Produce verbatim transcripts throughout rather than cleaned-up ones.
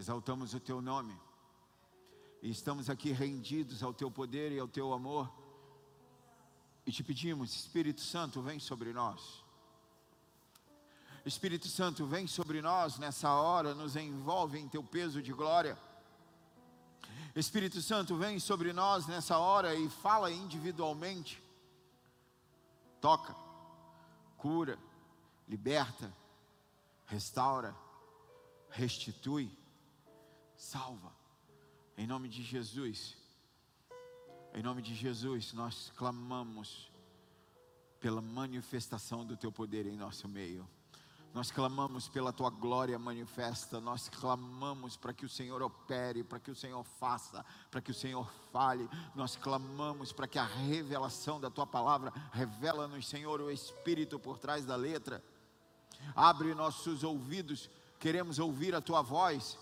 exaltamos o Teu nome, e estamos aqui rendidos ao Teu poder e ao Teu amor, e te pedimos, Espírito Santo, vem sobre nós. Espírito Santo, vem sobre nós nessa hora, nos envolve em Teu peso de glória. Espírito Santo, vem sobre nós nessa hora e fala individualmente. Toca, cura, liberta, restaura, restitui, salva. Em nome de Jesus, em nome de Jesus, nós clamamos pela manifestação do Teu poder em nosso meio. Nós clamamos pela Tua glória manifesta, nós clamamos para que o Senhor opere, para que o Senhor faça, para que o Senhor fale. Nós clamamos para que a revelação da Tua palavra, revela-nos, Senhor, o Espírito por trás da letra. Abre nossos ouvidos, queremos ouvir a Tua voz.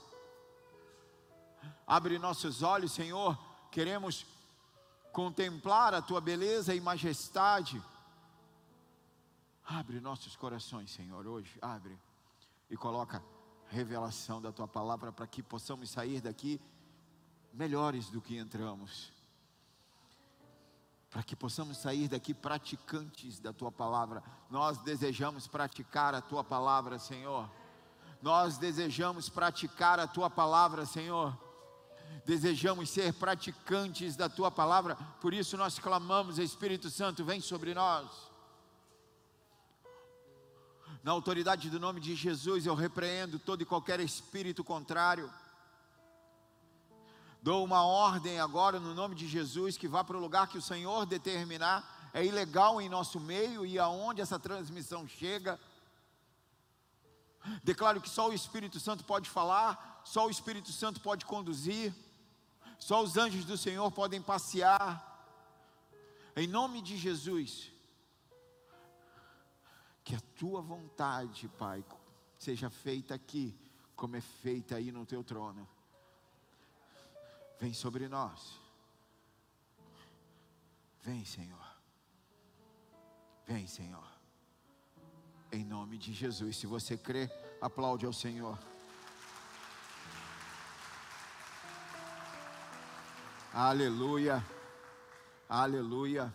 Abre nossos olhos, Senhor, queremos contemplar a Tua beleza e majestade. Abre nossos corações, Senhor, hoje, abre, e coloca revelação da Tua palavra, para que possamos sair daqui melhores do que entramos, para que possamos sair daqui praticantes da Tua palavra. Nós desejamos praticar a Tua palavra, Senhor, nós desejamos praticar a Tua palavra, Senhor, desejamos ser praticantes da Tua palavra. Por isso nós clamamos, Espírito Santo, vem sobre nós. Na autoridade do nome de Jesus, eu repreendo todo e qualquer espírito contrário. Dou uma ordem agora no nome de Jesus, que vá para o lugar que o Senhor determinar. É ilegal em nosso meio e aonde essa transmissão chega. Declaro que só o Espírito Santo pode falar, só o Espírito Santo pode conduzir, só os anjos do Senhor podem passear. Em nome de Jesus, que a Tua vontade, Pai, seja feita aqui, como é feita aí no Teu trono. Vem sobre nós. Vem, Senhor. Vem, Senhor. Em nome de Jesus. Se você crê, aplaude ao Senhor. Aleluia. Aleluia.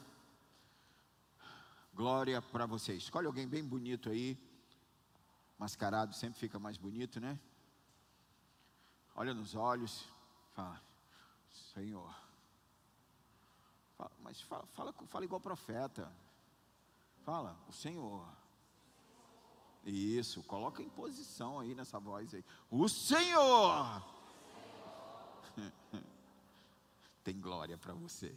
Glória para você. Escolhe alguém bem bonito aí. Mascarado sempre fica mais bonito, né? Olha nos olhos. Fala, Senhor. Fala, mas fala, fala, fala igual profeta. Fala, o Senhor. Isso, coloca em posição aí nessa voz aí. O Senhor. Tem glória para você.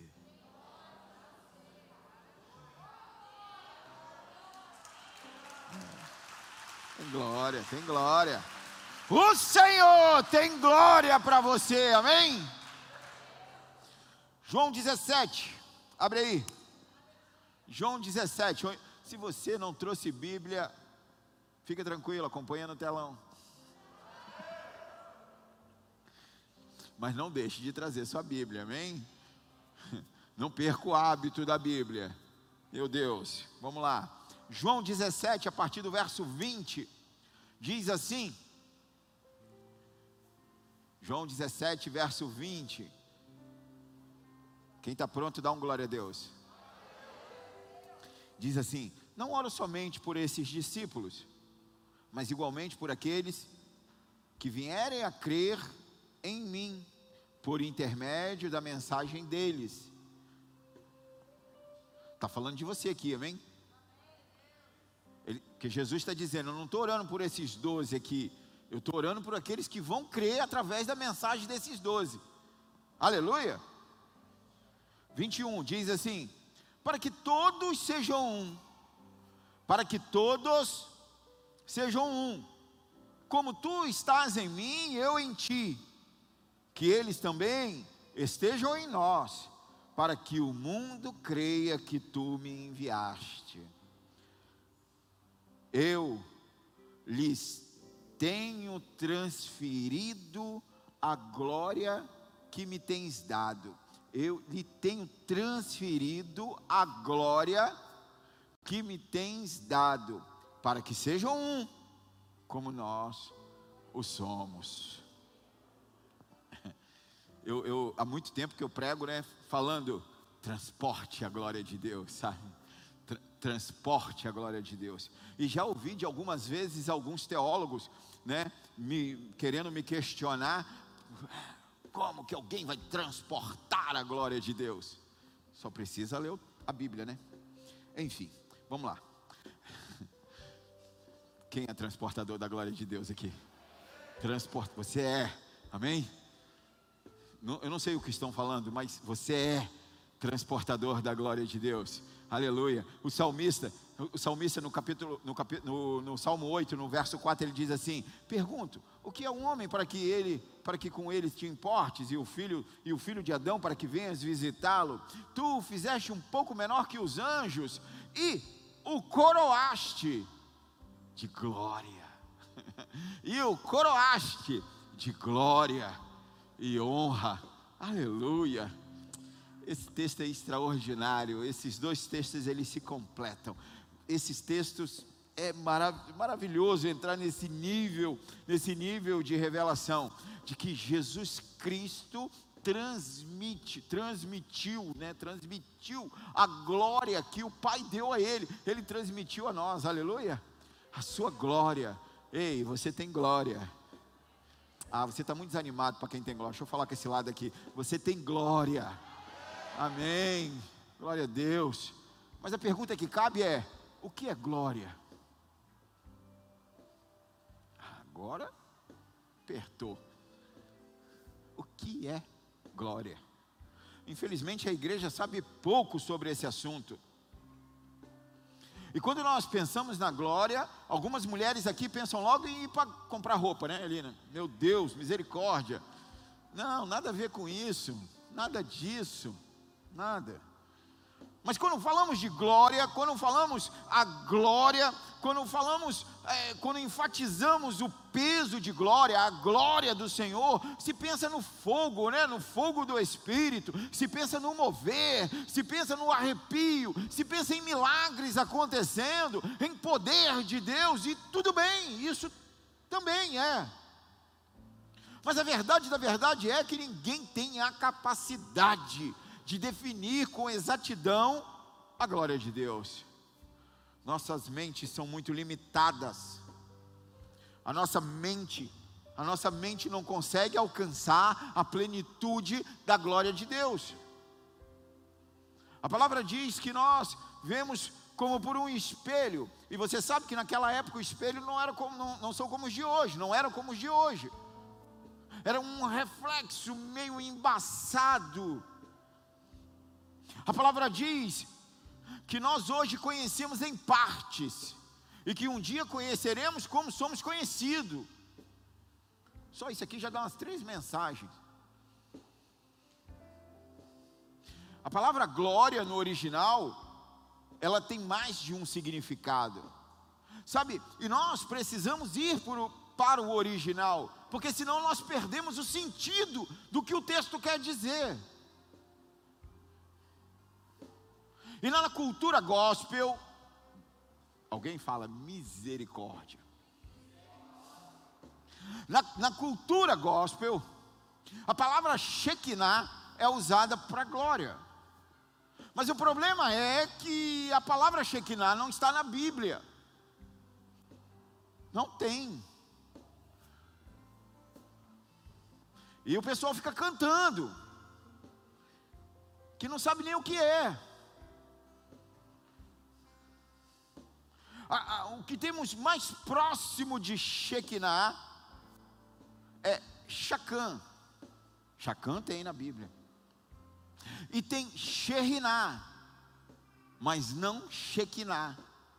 Tem glória, tem glória. O Senhor tem glória para você, amém? João dezessete, abre aí. João dezessete. Se você não trouxe Bíblia, fica tranquilo, acompanha no telão. Mas não deixe de trazer sua Bíblia, amém? Não perca o hábito da Bíblia. Meu Deus, vamos lá. João dezessete, a partir do verso vinte, diz assim. João dezessete, verso vinte. Quem está pronto, dá um glória a Deus. Diz assim: não oro somente por esses discípulos, mas igualmente por aqueles que vierem a crer em mim, por intermédio da mensagem deles. Está falando de você aqui, amém? Ele, que Jesus está dizendo, eu não estou orando por esses doze aqui, eu estou orando por aqueles que vão crer através da mensagem desses doze. Aleluia. vinte e um, diz assim: para que todos sejam um, para que todos sejam um, como tu estás em mim e eu em ti, que eles também estejam em nós, para que o mundo creia que tu me enviaste. Eu lhes tenho transferido a glória que me tens dado. Eu lhe tenho transferido a glória que me tens dado, para que sejam um, como nós o somos. eu, eu, há muito tempo que eu prego, né, falando, transporte a glória de Deus, sabe? Tra- transporte a glória de Deus. E já ouvi de algumas vezes alguns teólogos, né, me, querendo me questionar, como que alguém vai transportar a glória de Deus? Só precisa ler a Bíblia, né? Enfim, vamos lá. Quem é transportador da glória de Deus aqui? Transporte, você é, amém? Não, eu não sei o que estão falando, mas você é transportador da glória de Deus, aleluia. O salmista, o salmista no capítulo, no, capi, no, no Salmo oito, no verso quatro, ele diz assim: pergunto, o que é um homem para que ele, para que com ele te importes, e o filho, e o filho de Adão para que venhas visitá-lo? Tu o fizeste um pouco menor que os anjos, e o coroaste de glória, e o coroaste de glória e honra, aleluia. Esse texto é extraordinário, esses dois textos eles se completam, esses textos, é marav- maravilhoso entrar nesse nível, nesse nível de revelação, de que Jesus Cristo transmite, transmitiu, né, transmitiu a glória que o Pai deu a Ele, Ele transmitiu a nós, aleluia, a sua glória. Ei, você tem glória. Ah, você está muito desanimado para quem tem glória. Deixa eu falar com esse lado aqui. Você tem glória. Amém. Glória a Deus. Mas a pergunta que cabe é: o que é glória? Agora apertou. O que é glória? Infelizmente a igreja sabe pouco sobre esse assunto. E quando nós pensamos na glória, algumas mulheres aqui pensam logo em ir para comprar roupa, né, Elina? Meu Deus, misericórdia. Não, nada a ver com isso, nada disso, nada. Mas quando falamos de glória, quando falamos a glória, quando falamos, é, quando enfatizamos o peso de glória, a glória do Senhor, se pensa no fogo, né? No fogo do Espírito, se pensa no mover, se pensa no arrepio, se pensa em milagres acontecendo, em poder de Deus, e tudo bem, isso também é. Mas a verdade da verdade é que ninguém tem a capacidade de definir com exatidão a glória de Deus. Nossas mentes são muito limitadas. A nossa mente, a nossa mente não consegue alcançar a plenitude da glória de Deus. A palavra diz que nós vemos como por um espelho, e você sabe que naquela época o espelho não era como, não, não são como os de hoje, não eram como os de hoje. Era um reflexo meio embaçado. A palavra diz que nós hoje conhecemos em partes, e que um dia conheceremos como somos conhecidos. Só isso aqui já dá umas três mensagens. A palavra glória no original, ela tem mais de um significado, sabe? E nós precisamos ir por, para o original, porque senão nós perdemos o sentido do que o texto quer dizer. E na cultura gospel, alguém fala misericórdia. Na, na cultura gospel, a palavra Shekinah é usada para glória. Mas o problema é que a palavra Shekinah não está na Bíblia. Não tem. E o pessoal fica cantando, que não sabe nem o que é. O que temos mais próximo de Shekinah é Shacã. Shacã tem na Bíblia. E tem Sherinah, mas não Shekinah.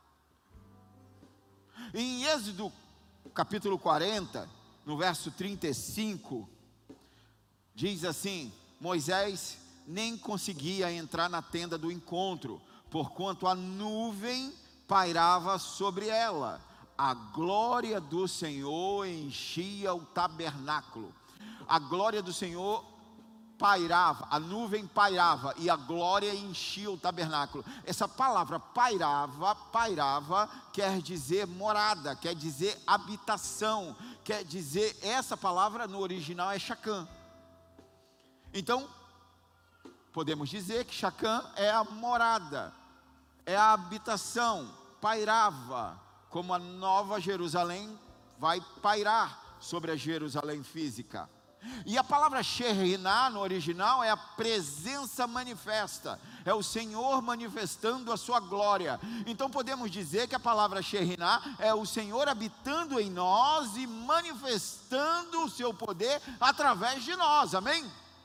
Em Êxodo capítulo quarenta, no verso trinta e cinco, diz assim: Moisés nem conseguia entrar na tenda do encontro, porquanto a nuvem pairava sobre ela, a glória do Senhor enchia o tabernáculo. A glória do Senhor pairava, a nuvem pairava e a glória enchia o tabernáculo. Essa palavra pairava, pairava, quer dizer morada, quer dizer habitação, quer dizer, essa palavra no original é Shacã. Então, podemos dizer que Chacã é a morada, é a habitação, pairava, como a nova Jerusalém vai pairar sobre a Jerusalém física. E a palavra Shekhinah no original é a presença manifesta, é o Senhor manifestando a sua glória. Então podemos dizer que a palavra Shekhinah é o Senhor habitando em nós e manifestando o seu poder através de nós, amém?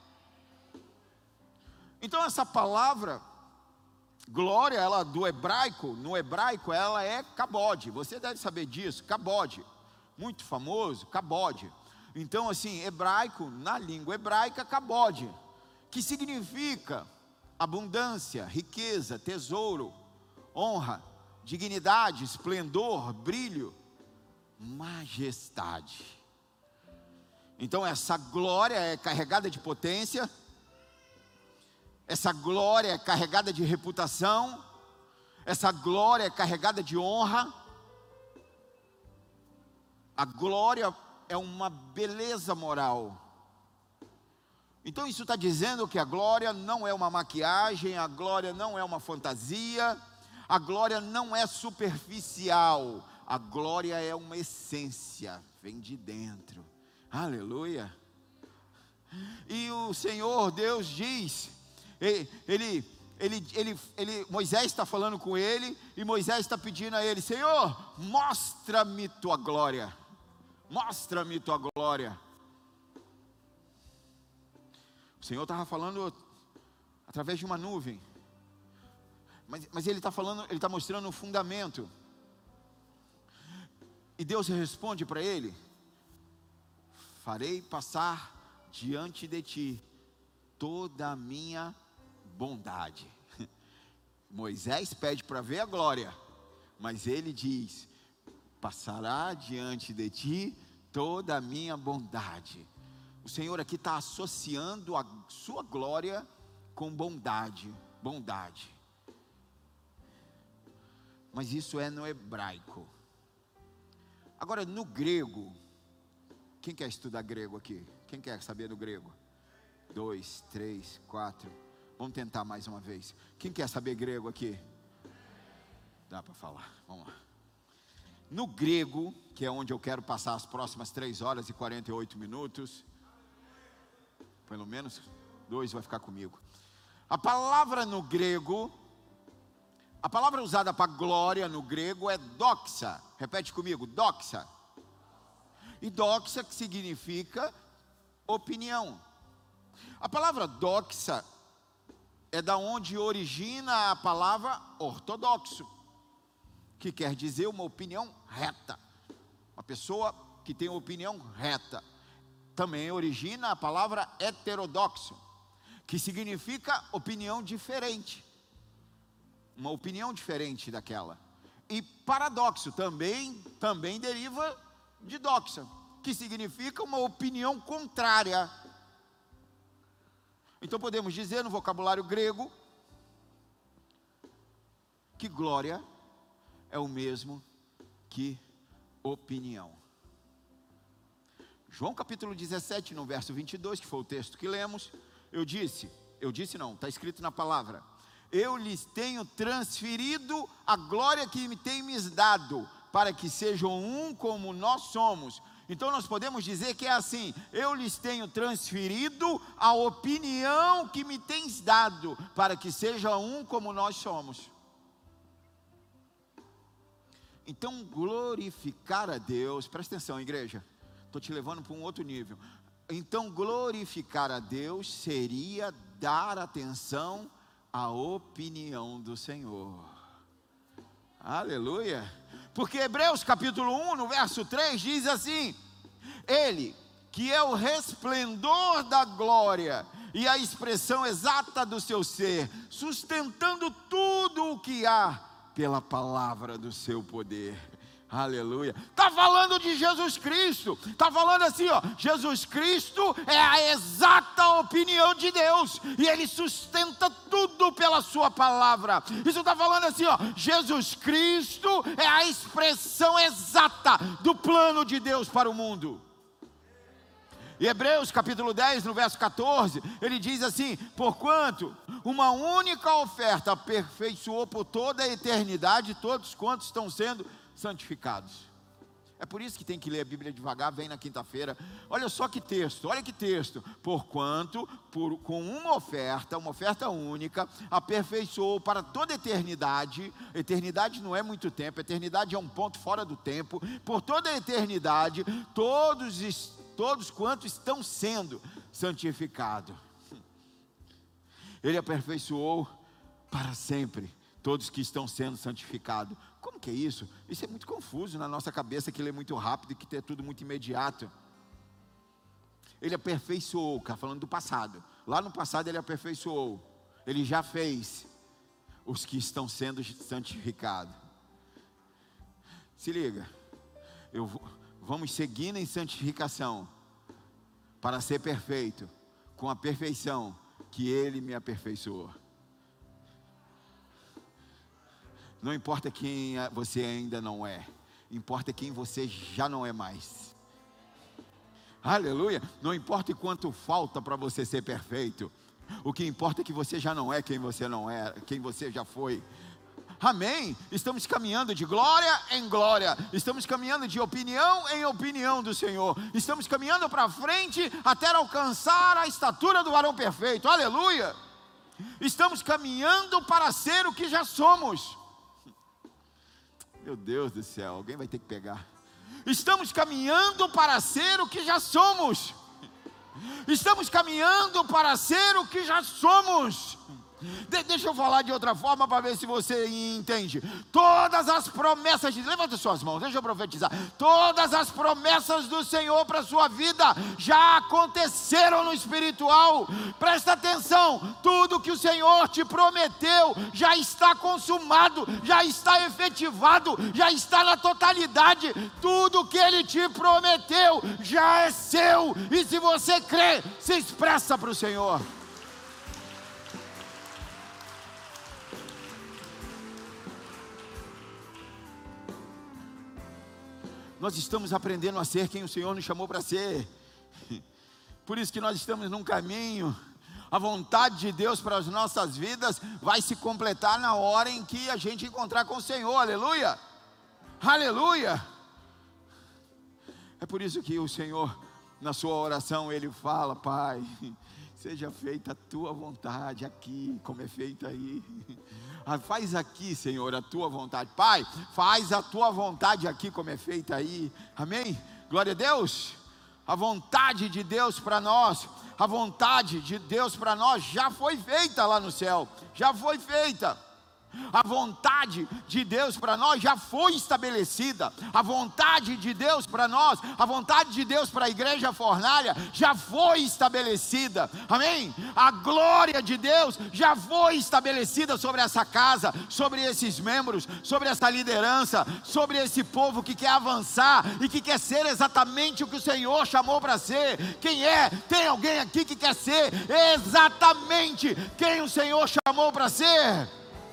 Então essa palavra glória, ela do hebraico, no hebraico ela é kabod, você deve saber disso, kabod, muito famoso, kabod. Então assim, hebraico, na língua hebraica, kabod, que significa abundância, riqueza, tesouro, honra, dignidade, esplendor, brilho, majestade. Então essa glória é carregada de potência, essa glória é carregada de reputação, essa glória é carregada de honra. A glória é uma beleza moral. Então isso está dizendo que a glória não é uma maquiagem, a glória não é uma fantasia, a glória não é superficial, a glória é uma essência, vem de dentro. Aleluia. E o Senhor Deus diz, ele, ele, ele, ele, ele Moisés está falando com ele, e Moisés está pedindo a ele: Senhor, mostra-me tua glória, mostra-me tua glória. O Senhor estava falando através de uma nuvem, mas, mas ele está falando, ele está mostrando um fundamento, e Deus responde para ele: farei passar diante de ti toda a minha bondade. Moisés pede para ver a glória, mas ele diz: passará diante de ti toda a minha bondade. O Senhor aqui está associando a sua glória com bondade, bondade. Mas isso é no hebraico. Agora no grego, quem quer estudar grego aqui? Quem quer saber do grego? Dois, três, quatro. Vamos tentar mais uma vez. Quem quer saber grego aqui? Dá para falar, vamos lá. No grego, que é onde eu quero passar as próximas três horas e quarenta e oito minutos, pelo menos dois vai ficar comigo. A palavra no grego, a palavra usada para glória no grego é doxa. Repete comigo, doxa. E doxa que significa opinião. A palavra doxa é da onde origina a palavra ortodoxo, que quer dizer uma opinião reta, uma pessoa que tem uma opinião reta. Também origina a palavra heterodoxo, que significa opinião diferente, uma opinião diferente daquela. E paradoxo também, também deriva de doxa, que significa uma opinião contrária. Então podemos dizer no vocabulário grego que glória é o mesmo que opinião. João capítulo dezessete, no verso vinte e dois, que foi o texto que lemos, eu disse, eu disse não, está escrito na palavra: eu lhes tenho transferido a glória que me tem me dado, para que sejam um como nós somos. Então nós podemos dizer que é assim: eu lhes tenho transferido a opinião que me tens dado, para que seja um como nós somos. Então glorificar a Deus, presta atenção igreja, estou te levando para um outro nível. Então glorificar a Deus seria dar atenção à opinião do Senhor. Aleluia. Porque Hebreus capítulo um, no verso três, diz assim: Ele, que é o resplendor da glória e a expressão exata do seu ser, sustentando tudo o que há pela palavra do seu poder. Aleluia. Está falando de Jesus Cristo. Está falando assim, ó: Jesus Cristo é a exata opinião de Deus, e Ele sustenta tudo pela sua palavra. Isso está falando assim, ó: Jesus Cristo é a expressão exata do plano de Deus para o mundo. E Hebreus capítulo dez, no verso quatorze, ele diz assim: porquanto uma única oferta aperfeiçoou por toda a eternidade todos quantos estão sendo santificados. É por isso que tem que ler a Bíblia devagar, vem na quinta-feira. Olha só que texto, olha que texto. Porquanto, por, com uma oferta, uma oferta única, aperfeiçoou para toda a eternidade. Eternidade não é muito tempo, eternidade é um ponto fora do tempo. Por toda a eternidade, todos, todos quantos estão sendo santificados. Ele aperfeiçoou para sempre todos que estão sendo santificados. Como que é isso? Isso é muito confuso na nossa cabeça, que lê muito rápido e que é tudo muito imediato. Ele aperfeiçoou, cara, falando do passado. Lá no passado ele aperfeiçoou. Ele já fez os que estão sendo santificados. Se liga, eu, vamos seguindo em santificação para ser perfeito, com a perfeição que Ele me aperfeiçoou. Não importa quem você ainda não é, importa quem você já não é mais. Aleluia. Não importa quanto falta para você ser perfeito, o que importa é que você já não é quem você não é, quem você já foi. Amém? Estamos caminhando de glória em glória, estamos caminhando de opinião em opinião do Senhor, estamos caminhando para frente até alcançar a estatura do varão perfeito. Aleluia. Estamos caminhando para ser o que já somos. Meu Deus do céu, alguém vai ter que pegar. Estamos caminhando para ser o que já somos. Estamos caminhando para ser o que já somos. De, deixa eu falar de outra forma para ver se você entende. Todas as promessas de, levanta suas mãos, deixa eu profetizar. Todas as promessas do Senhor para a sua vida já aconteceram no espiritual. Presta atenção, tudo que o Senhor te prometeu já está consumado, já está efetivado, já está na totalidade. Tudo que Ele te prometeu já é seu. E se você crê, se expressa para o Senhor. Nós estamos aprendendo a ser quem o Senhor nos chamou para ser. Por isso que nós estamos num caminho. A vontade de Deus para as nossas vidas vai se completar na hora em que a gente encontrar com o Senhor. Aleluia. Aleluia. É por isso que o Senhor, na sua oração, Ele fala: Pai, seja feita a tua vontade aqui, como é feita aí. Faz aqui, Senhor, a tua vontade. Pai, faz a tua vontade aqui, como é feita aí. Amém? Glória a Deus. A vontade de Deus para nós, a vontade de Deus para nós já foi feita lá no céu. Já foi feita. A vontade de Deus para nós já foi estabelecida. A vontade de Deus para nós, a vontade de Deus para a igreja Fornalha já foi estabelecida. Amém? A glória de Deus já foi estabelecida sobre essa casa, sobre esses membros, sobre essa liderança, sobre esse povo que quer avançar e que quer ser exatamente o que o Senhor chamou para ser. Quem é? Tem alguém aqui que quer ser exatamente quem o Senhor chamou para ser?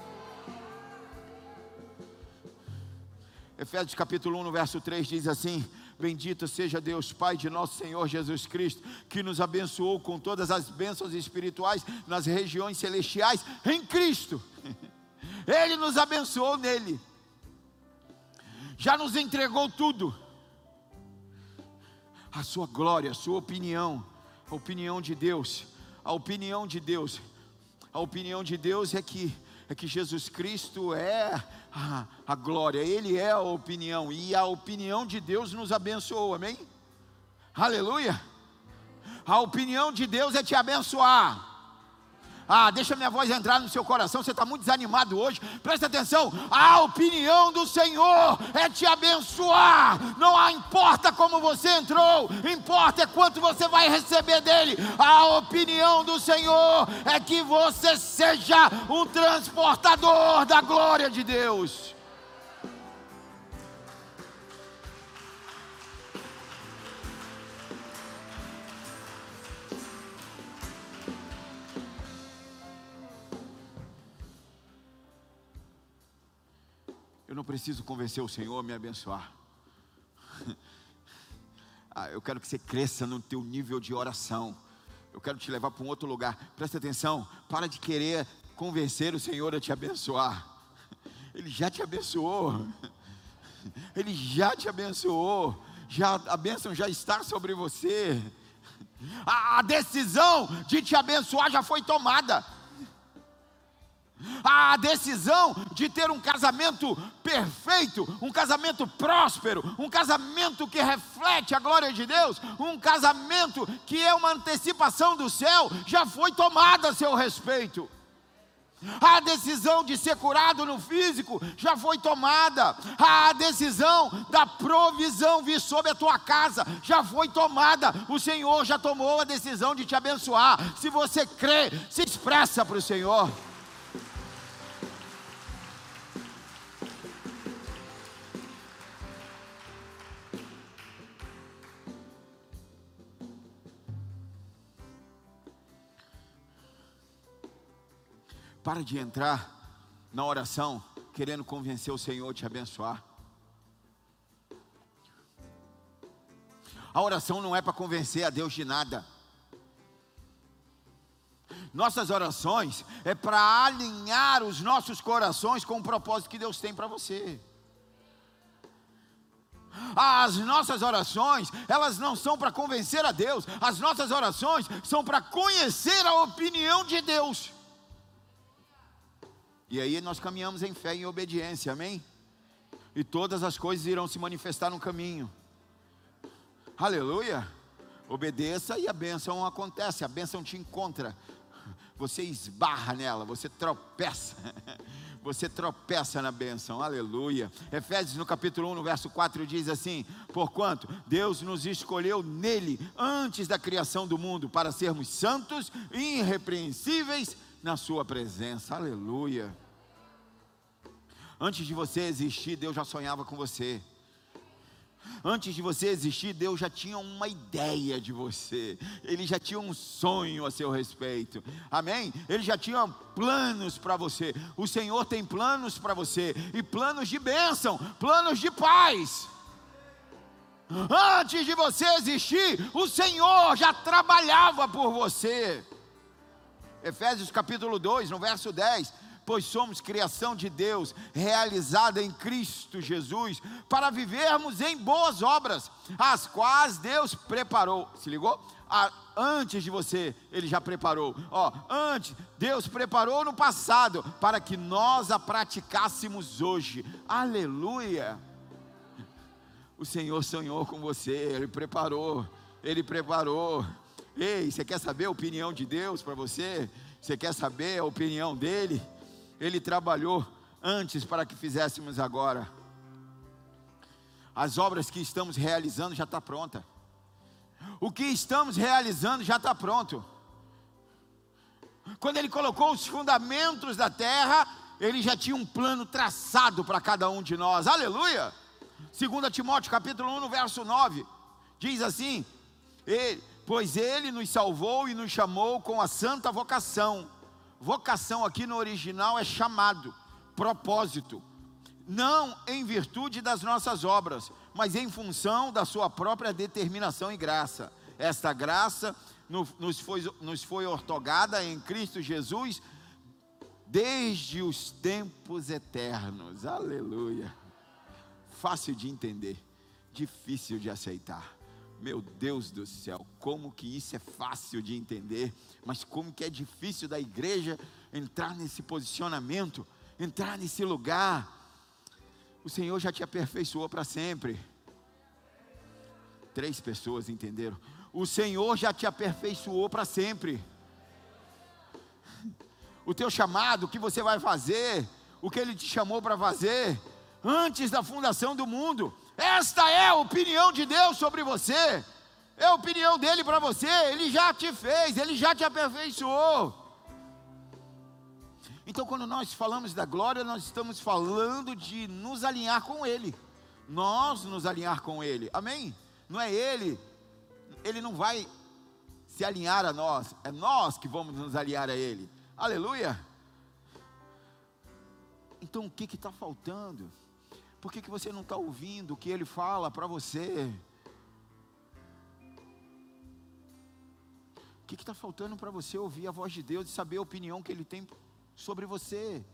Efésios capítulo um, no verso três diz assim: bendito seja Deus Pai de nosso Senhor Jesus Cristo, que nos abençoou com todas as bênçãos espirituais nas regiões celestiais em Cristo. Ele nos abençoou nele, já nos entregou tudo. A sua glória, a sua opinião, a opinião de Deus, a opinião de Deus, a opinião de Deus é que é que Jesus Cristo é a, a glória, Ele é a opinião, e a opinião de Deus nos abençoou, amém? Aleluia. A opinião de Deus é te abençoar. Ah, deixa minha voz entrar no seu coração, você está muito desanimado hoje, presta atenção. A opinião do Senhor é te abençoar. Não importa como você entrou, importa é quanto você vai receber dele. A opinião do Senhor é que você seja um transportador da glória de Deus. Eu não preciso convencer o Senhor a me abençoar. Ah, eu quero que você cresça no teu nível de oração. Eu quero te levar para um outro lugar. Presta atenção, para de querer convencer o Senhor a te abençoar. Ele já te abençoou. Ele já te abençoou. Já, a bênção já está sobre você. A, a decisão de te abençoar já foi tomada. A decisão de ter um casamento perfeito, um casamento próspero, um casamento que reflete a glória de Deus, um casamento que é uma antecipação do céu, já foi tomada a seu respeito. A decisão de ser curado no físico já foi tomada. A decisão da provisão vir sobre a tua casa já foi tomada. O Senhor já tomou a decisão de te abençoar. Se você crê, se expressa para o Senhor. Para de entrar na oração querendo convencer o Senhor a te abençoar. A oração não é para convencer a Deus de nada. Nossas orações é para alinhar os nossos corações com o propósito que Deus tem para você. As nossas orações, elas não são para convencer a Deus. As nossas orações são para conhecer a opinião de Deus. E aí nós caminhamos em fé e em obediência, amém? E todas as coisas irão se manifestar no caminho. Aleluia! Obedeça e a bênção acontece, a bênção te encontra. Você esbarra nela, você tropeça. Você tropeça na bênção, aleluia. Efésios no capítulo um, no verso quatro diz assim: porquanto Deus nos escolheu nele, antes da criação do mundo, para sermos santos e irrepreensíveis na sua presença, aleluia. Antes de você existir, Deus já sonhava com você. Antes de você existir, Deus já tinha uma ideia de você. Ele já tinha um sonho a seu respeito, amém? Ele já tinha planos para você. O Senhor tem planos para você, e planos de bênção, planos de paz. Antes de você existir, o Senhor já trabalhava por você. Efésios capítulo dois, no verso dez: pois somos criação de Deus, realizada em Cristo Jesus, para vivermos em boas obras, as quais Deus preparou. Se ligou? Ah, antes de você, Ele já preparou. Ó, antes, Deus preparou no passado, para que nós a praticássemos hoje. Aleluia! O Senhor sonhou com você, Ele preparou, Ele preparou. Ei, você quer saber a opinião de Deus para você? Você quer saber a opinião dEle? Ele trabalhou antes para que fizéssemos agora. As obras que estamos realizando já está pronta. O que estamos realizando já está pronto. Quando Ele colocou os fundamentos da terra, Ele já tinha um plano traçado para cada um de nós, aleluia. Segundo Timóteo capítulo um, no verso nove, diz assim: ele, pois Ele nos salvou e nos chamou com a santa vocação. Vocação aqui no original é chamado, propósito, não em virtude das nossas obras, mas em função da sua própria determinação e graça. Esta graça nos foi, nos foi outorgada em Cristo Jesus desde os tempos eternos, aleluia. Fácil de entender, difícil de aceitar. Meu Deus do céu, como que isso é fácil de entender, mas como que é difícil da igreja entrar nesse posicionamento, entrar nesse lugar. O Senhor já te aperfeiçoou para sempre. Três pessoas entenderam. O Senhor já te aperfeiçoou para sempre. O teu chamado, o que você vai fazer, o que Ele te chamou para fazer, antes da fundação do mundo. Esta é a opinião de Deus sobre você. É a opinião dEle para você. Ele já te fez, Ele já te aperfeiçoou. Então, quando nós falamos da glória, nós estamos falando de nos alinhar com Ele. Nós nos alinhar com Ele, amém? Não é Ele, Ele não vai se alinhar a nós, é nós que vamos nos alinhar a Ele, aleluia. Então o que está faltando? Por que, que você não está ouvindo o que Ele fala para você? que está faltando para você ouvir a voz de Deus e saber a opinião que Ele tem sobre você?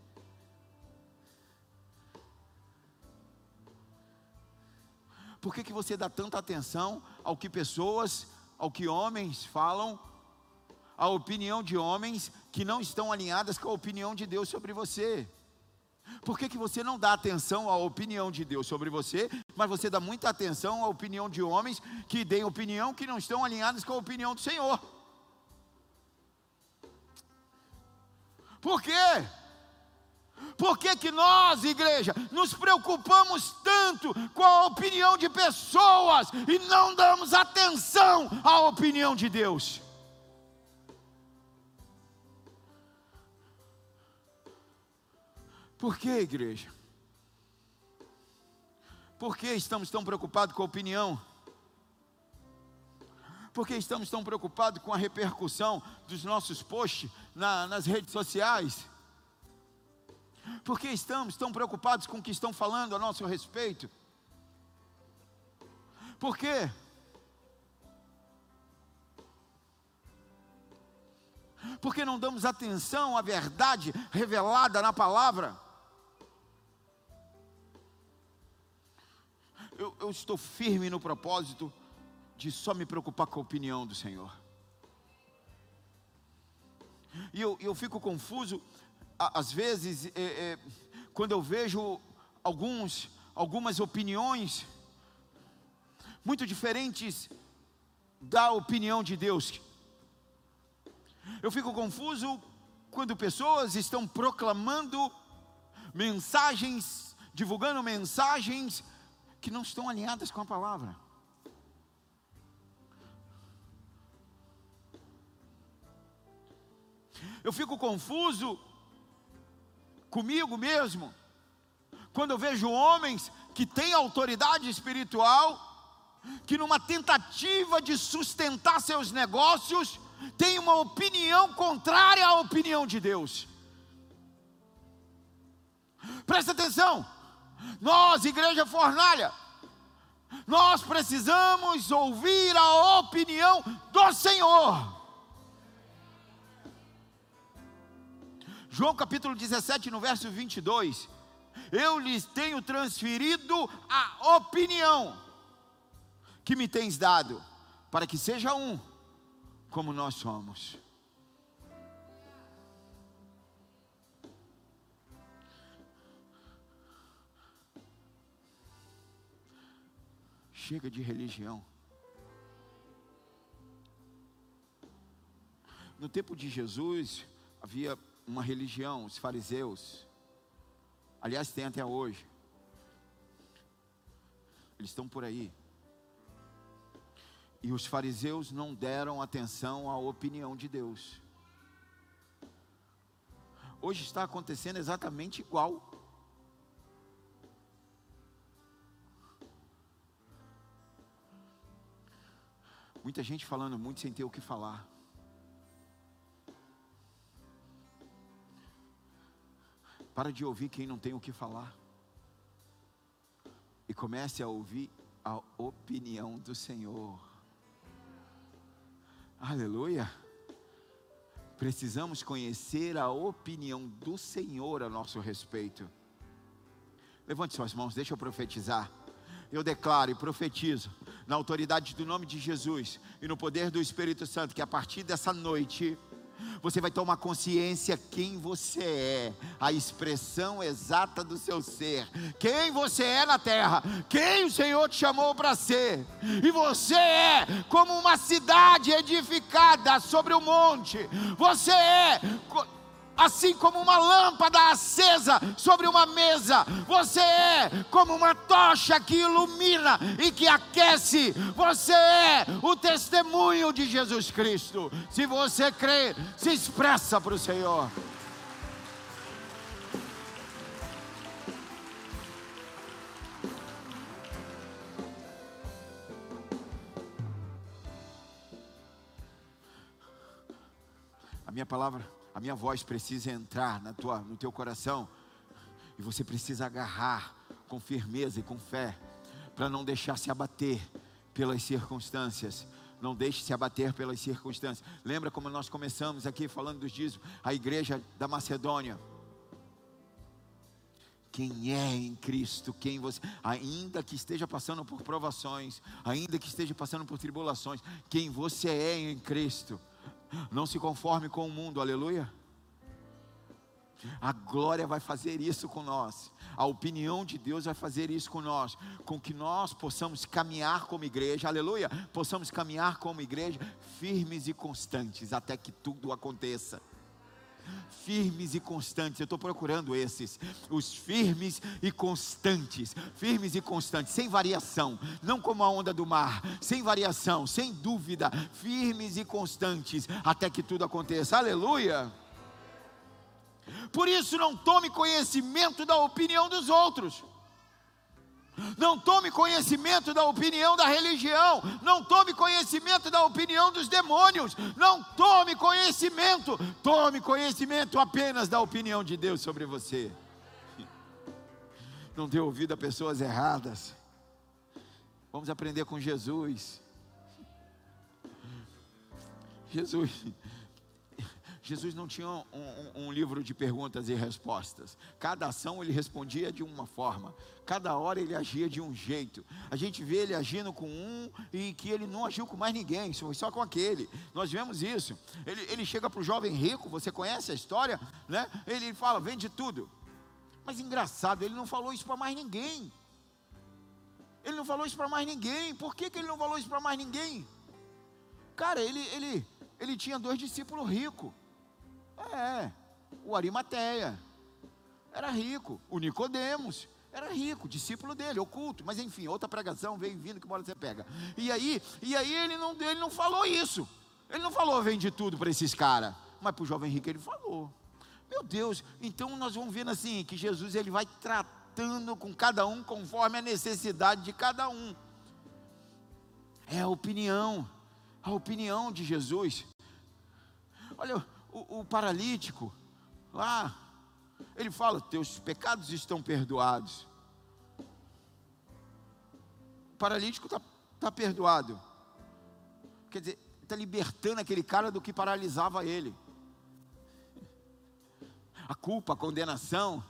Por que que você dá tanta atenção ao que pessoas, ao que homens falam, à opinião de homens que não estão alinhadas com a opinião de Deus sobre você? Por que que você não dá atenção à opinião de Deus sobre você, mas você dá muita atenção à opinião de homens que deem opinião que não estão alinhadas com a opinião do Senhor? Por quê? Por que que nós, igreja, nos preocupamos tanto com a opinião de pessoas e não damos atenção à opinião de Deus? Por que, igreja? Por que estamos tão preocupados com a opinião? Por que estamos tão preocupados com a repercussão dos nossos posts na, nas redes sociais? Por que estamos tão preocupados com o que estão falando a nosso respeito? Por quê? Por que não damos atenção à verdade revelada na palavra? Eu, eu estou firme no propósito de só me preocupar com a opinião do Senhor. E eu, eu fico confuso, às vezes, é, é, quando eu vejo alguns, algumas opiniões muito diferentes da opinião de Deus. Eu fico confuso quando pessoas estão proclamando mensagens, divulgando mensagens que não estão alinhadas com a palavra. Eu fico confuso comigo mesmo quando eu vejo homens que têm autoridade espiritual, que numa tentativa de sustentar seus negócios, têm uma opinião contrária à opinião de Deus. Presta atenção, nós, Igreja Fornalha, nós precisamos ouvir a opinião do Senhor. João capítulo dezessete, no verso vinte e dois, eu lhes tenho transferido a opinião que me tens dado, para que seja um, como nós somos. Chega de religião. No tempo de Jesus, havia uma religião, os fariseus. Aliás, tem até hoje. Eles estão por aí. E os fariseus não deram atenção à opinião de Deus. Hoje está acontecendo exatamente igual. Muita gente falando muito sem ter o que falar. Para de ouvir quem não tem o que falar. E comece a ouvir a opinião do Senhor. Aleluia. Precisamos conhecer a opinião do Senhor a nosso respeito. Levante suas mãos, deixa eu profetizar. Eu declaro e profetizo, na autoridade do nome de Jesus e no poder do Espírito Santo, que a partir dessa noite você vai tomar consciência quem você é, a expressão exata do seu ser, quem você é na terra, quem o Senhor te chamou para ser. E você é como uma cidade edificada sobre o monte. Você é assim como uma lâmpada acesa sobre uma mesa. Você é como uma tocha que ilumina e que aquece. Você é o testemunho de Jesus Cristo. Se você crê, se expressa para o Senhor. A minha palavra, a minha voz precisa entrar na tua, no teu coração, e você precisa agarrar com firmeza e com fé, para não deixar se abater pelas circunstâncias, Não deixe se abater pelas circunstâncias. Lembra como nós começamos aqui falando dos dízimos? A igreja da Macedônia. Quem é em Cristo, quem você, ainda que esteja passando por provações, ainda que esteja passando por tribulações, quem você é em Cristo, não se conforme com o mundo, aleluia. A glória vai fazer isso com nós, a opinião de Deus vai fazer isso com nós, com que nós possamos caminhar como igreja, aleluia, possamos caminhar como igreja, firmes e constantes, até que tudo aconteça. Firmes e constantes, eu estou procurando esses, os firmes e constantes, firmes e constantes, sem variação, não como a onda do mar, sem variação, sem dúvida, firmes e constantes, até que tudo aconteça, aleluia. Por isso não tome conhecimento da opinião dos outros, não tome conhecimento da opinião da religião, não tome conhecimento da opinião dos demônios, não tome conhecimento, tome conhecimento apenas da opinião de Deus sobre você. Não dê ouvido a pessoas erradas. Vamos aprender com Jesus. Jesus Jesus não tinha um, um, um livro de perguntas e respostas. Cada ação ele respondia de uma forma, cada hora ele agia de um jeito. A gente vê ele agindo com um e que ele não agiu com mais ninguém, foi só com aquele. Nós vemos isso. Ele, ele chega para o jovem rico, você conhece a história, né? Ele fala, vende tudo. Mas engraçado, ele não falou isso para mais ninguém. Ele não falou isso para mais ninguém. Por que, que ele não falou isso para mais ninguém? Cara, ele, ele, ele tinha dois discípulos ricos. É, o Arimateia era rico, o Nicodemos era rico, discípulo dele, oculto, mas enfim, outra pregação, veio vindo, que bola você pega. E aí, e aí ele, não, ele não falou isso, ele não falou vende tudo para esses caras, mas para o jovem rico ele falou. Meu Deus, então nós vamos vendo assim, que Jesus ele vai tratando com cada um conforme a necessidade de cada um. É a opinião, a opinião de Jesus. Olha, O, o paralítico, lá, ele fala, teus pecados estão perdoados. O paralítico está tá perdoado. Quer dizer, está libertando aquele cara do que paralisava ele. A culpa, a condenação,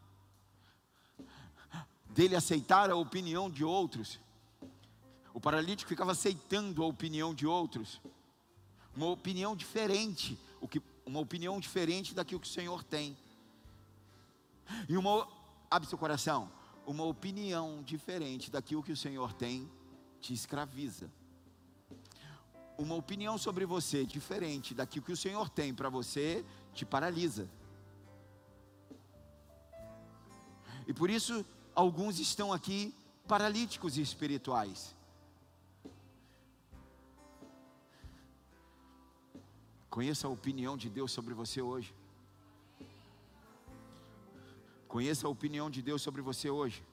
dele aceitar a opinião de outros. O paralítico ficava aceitando a opinião de outros. Uma opinião diferente, o que uma opinião diferente daquilo que o Senhor tem. E uma, abre seu coração, uma opinião diferente daquilo que o Senhor tem te escraviza. Uma opinião sobre você diferente daquilo que o Senhor tem para você te paralisa. E por isso alguns estão aqui paralíticos espirituais. Conheça a opinião de Deus sobre você hoje. Conheça a opinião de Deus sobre você hoje.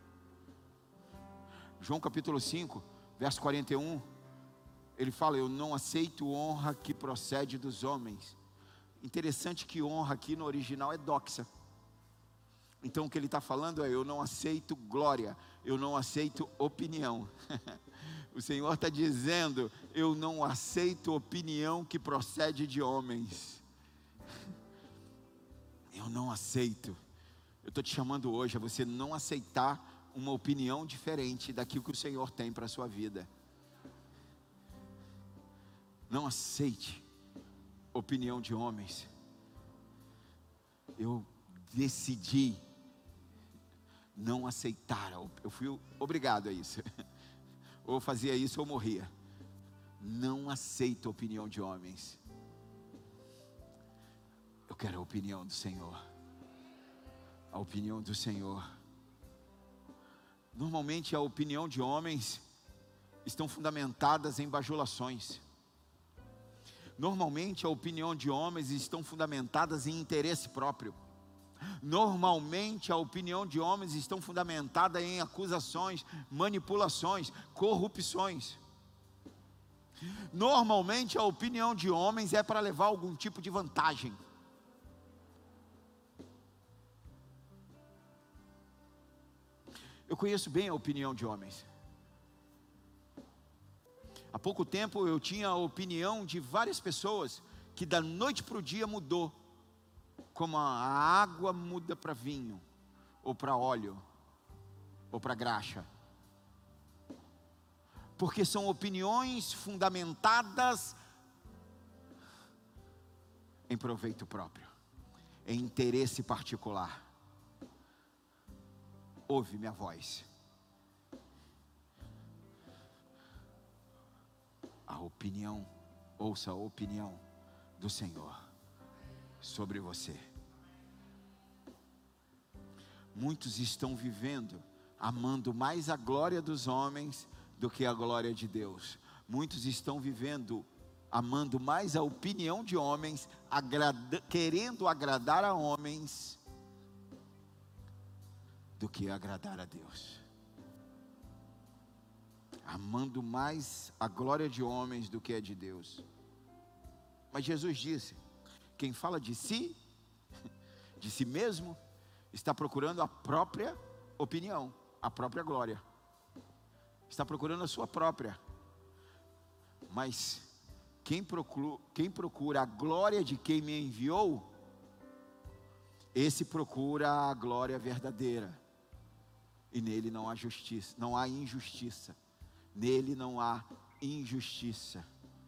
João capítulo cinco, verso quarenta e um, ele fala, eu não aceito honra que procede dos homens. Interessante que honra aqui no original é doxa. Então o que ele está falando é, eu não aceito glória, eu não aceito opinião. O Senhor está dizendo, eu não aceito opinião que procede de homens. Eu não aceito. Eu estou te chamando hoje a você não aceitar uma opinião diferente daquilo que o Senhor tem para a sua vida. Não aceite opinião de homens. Eu decidi não aceitar. Eu fui obrigado a isso. Ou fazia isso ou morria. Não aceito a opinião de homens. Eu quero a opinião do Senhor. A opinião do Senhor. Normalmente a opinião de homens estão fundamentadas em bajulações. Normalmente a opinião de homens estão fundamentadas em interesse próprio. Normalmente a opinião de homens estão fundamentada em acusações, manipulações, corrupções. Normalmente a opinião de homens é para levar algum tipo de vantagem. Eu conheço bem a opinião de homens. Há pouco tempo eu tinha a opinião de várias pessoas que da noite para o dia mudou, como a água muda para vinho, ou para óleo, ou para graxa. Porque são opiniões fundamentadas em proveito próprio, em interesse particular. Ouve minha voz. A opinião, ouça a opinião do Senhor sobre você. Muitos estão vivendo amando mais a glória dos homens do que a glória de Deus. Muitos estão vivendo amando mais a opinião de homens, agrada, querendo agradar a homens do que agradar a Deus. Amando mais a glória de homens do que a de Deus. Mas Jesus disse: quem fala de si, de si mesmo, está procurando a própria opinião, a própria glória. Está procurando a sua própria. Mas quem procura, quem procura a glória de quem me enviou, esse procura a glória verdadeira. E nele não há justiça, não há injustiça. Nele não há injustiça.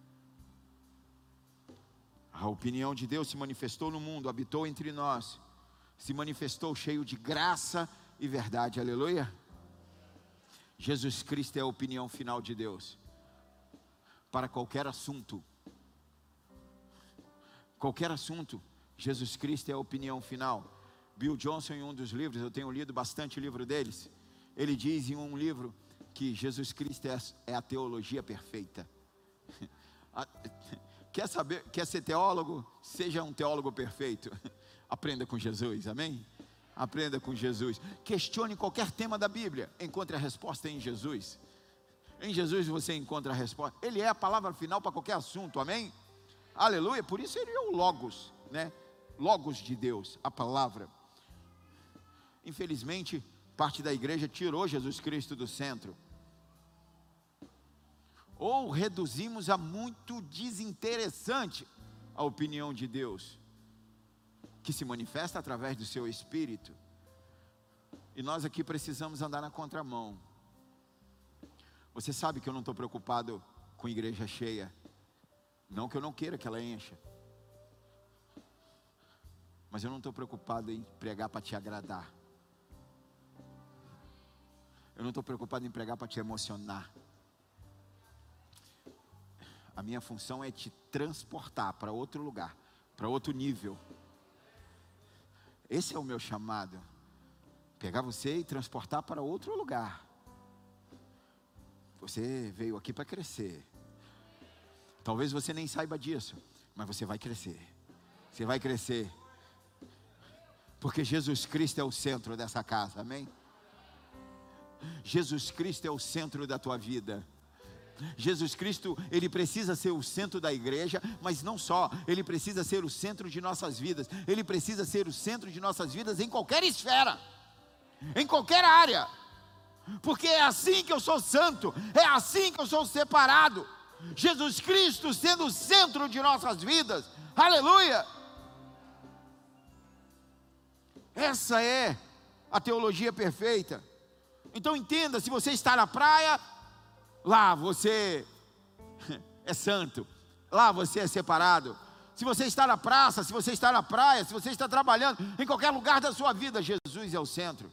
A opinião de Deus se manifestou no mundo, habitou entre nós, se manifestou cheio de graça e verdade, aleluia. Jesus Cristo é a opinião final de Deus, para qualquer assunto, qualquer assunto, Jesus Cristo é a opinião final. Bill Johnson, em um dos livros, eu tenho lido bastante o livro deles, ele diz em um livro, que Jesus Cristo é, é a teologia perfeita. Quer saber, quer ser teólogo? Seja um teólogo perfeito. Aprenda com Jesus, amém? Aprenda com Jesus. Questione qualquer tema da Bíblia, encontre a resposta em Jesus. Em Jesus você encontra a resposta. Ele é a palavra final para qualquer assunto, amém? Aleluia, por isso ele é o Logos, né? Logos de Deus, a palavra. Infelizmente, parte da igreja tirou Jesus Cristo do centro. Ou reduzimos a muito desinteressante a opinião de Deus, que se manifesta através do seu Espírito. E nós aqui precisamos andar na contramão. Você sabe que eu não estou preocupado com igreja cheia. Não que eu não queira que ela encha. Mas eu não estou preocupado em pregar para te agradar. Eu não estou preocupado em pregar para te emocionar. A minha função é te transportar para outro lugar, para outro nível. Esse é o meu chamado. Pegar você e transportar para outro lugar. Você veio aqui para crescer. Talvez você nem saiba disso, mas você vai crescer. Você vai crescer. Porque Jesus Cristo é o centro dessa casa, amém? Jesus Cristo é o centro da tua vida. Jesus Cristo, Ele precisa ser o centro da igreja, mas não só, Ele precisa ser o centro de nossas vidas, Ele precisa ser o centro de nossas vidas em qualquer esfera, em qualquer área, porque é assim que eu sou santo, é assim que eu sou separado, Jesus Cristo sendo o centro de nossas vidas, aleluia. Essa é a teologia perfeita. Então entenda, se você está na praia, lá você é santo, lá você é separado. Se você está na praça, se você está na praia, se você está trabalhando, em qualquer lugar da sua vida, Jesus é o centro.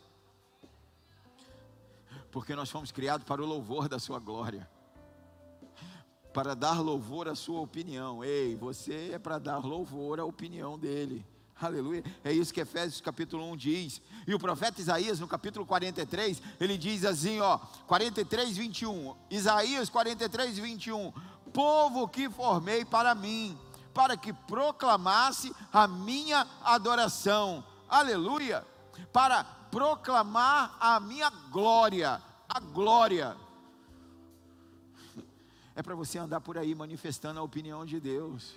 Porque nós fomos criados para o louvor da sua glória, para dar louvor à sua opinião. Ei, você é para dar louvor à opinião dele. Aleluia, é isso que Efésios capítulo um diz. E o profeta Isaías no capítulo quarenta e três, ele diz assim, ó, quarenta e três, vinte e um, Isaías quarenta e três, vinte e um, povo que formei para mim, para que proclamasse a minha adoração, aleluia, para proclamar a minha glória, a glória, é para você andar por aí manifestando a opinião de Deus.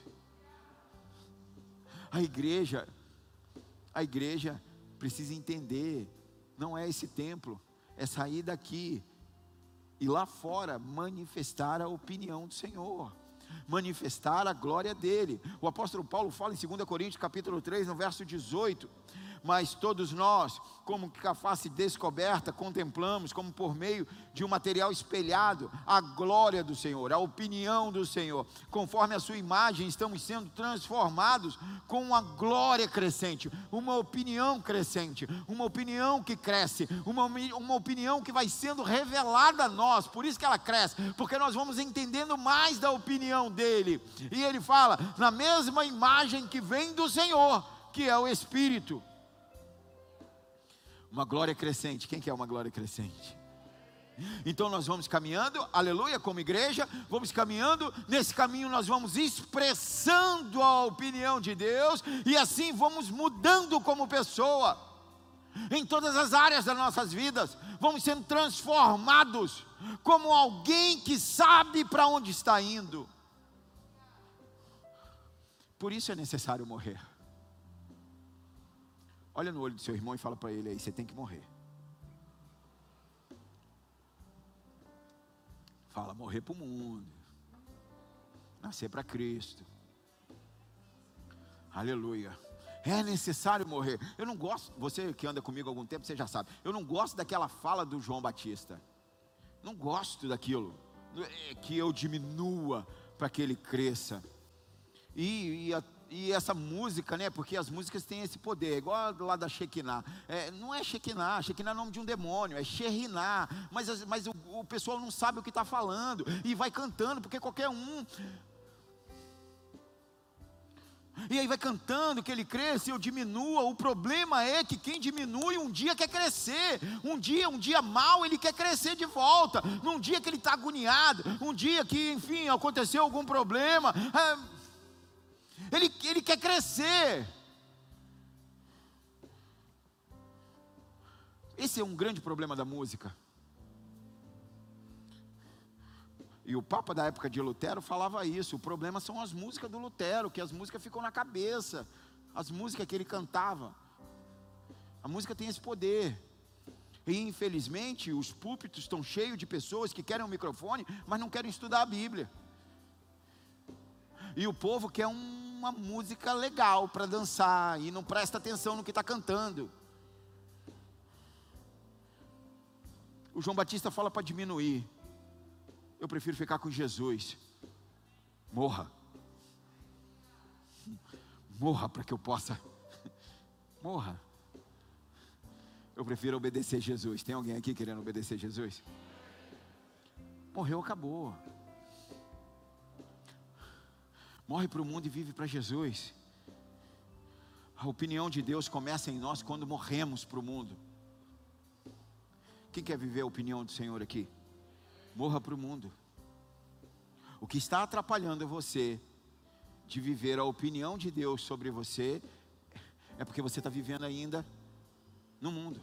A igreja, a igreja precisa entender, não é esse templo, é sair daqui e lá fora manifestar a opinião do Senhor, manifestar a glória dele. O apóstolo Paulo fala em segunda Coríntios capítulo três, no verso dezoito, mas todos nós, como que com a face descoberta, contemplamos, como por meio de um material espelhado, a glória do Senhor, a opinião do Senhor, conforme a sua imagem, estamos sendo transformados com uma glória crescente, uma opinião crescente, uma opinião que cresce, uma, uma opinião que vai sendo revelada a nós. Por isso que ela cresce, porque nós vamos entendendo mais da opinião dele. E ele fala, na mesma imagem que vem do Senhor, que é o Espírito. Uma glória crescente. Quem quer uma glória crescente? Então nós vamos caminhando, aleluia, como igreja, vamos caminhando, nesse caminho nós vamos expressando a opinião de Deus, e assim vamos mudando como pessoa, em todas as áreas das nossas vidas, vamos sendo transformados, como alguém que sabe para onde está indo. Por isso é necessário morrer. Olha no olho do seu irmão e fala para ele aí, você tem que morrer. Fala, morrer para o mundo, nascer para Cristo. Aleluia. É necessário morrer. Eu não gosto, você que anda comigo há algum tempo, você já sabe, eu não gosto daquela fala do João Batista. Não gosto daquilo, que eu diminua para que ele cresça. E, e, a, e essa música, né, porque as músicas têm esse poder, igual lá da Shekinah, é, não é Shekinah, Shekinah é nome de um demônio, é Sherinah, mas, mas o, o pessoal não sabe o que está falando, e vai cantando, porque qualquer um, e aí vai cantando que ele cresce, eu diminua. O problema é que quem diminui um dia quer crescer, um dia, um dia mal ele quer crescer de volta, num dia que ele está agoniado, um dia que enfim, aconteceu algum problema, é, Ele, ele quer crescer. Esse é um grande problema da música. E o Papa da época de Lutero falava isso. O problema são as músicas do Lutero, que as músicas ficam na cabeça, as músicas que ele cantava. A música tem esse poder. E infelizmente os púlpitos estão cheios de pessoas que querem um microfone, mas não querem estudar a Bíblia. E o povo quer um uma música legal para dançar e não presta atenção no que está cantando. O João Batista fala para diminuir. Eu prefiro ficar com Jesus. Morra. Morra para que eu possa. Morra. Eu prefiro obedecer Jesus. Tem alguém aqui querendo obedecer Jesus? Morreu, acabou. Morre para o mundo e vive para Jesus. A opinião de Deus começa em nós quando morremos para o mundo. Quem quer viver a opinião do Senhor aqui? Morra para o mundo. O que está atrapalhando você de viver a opinião de Deus sobre você é porque você está vivendo ainda no mundo.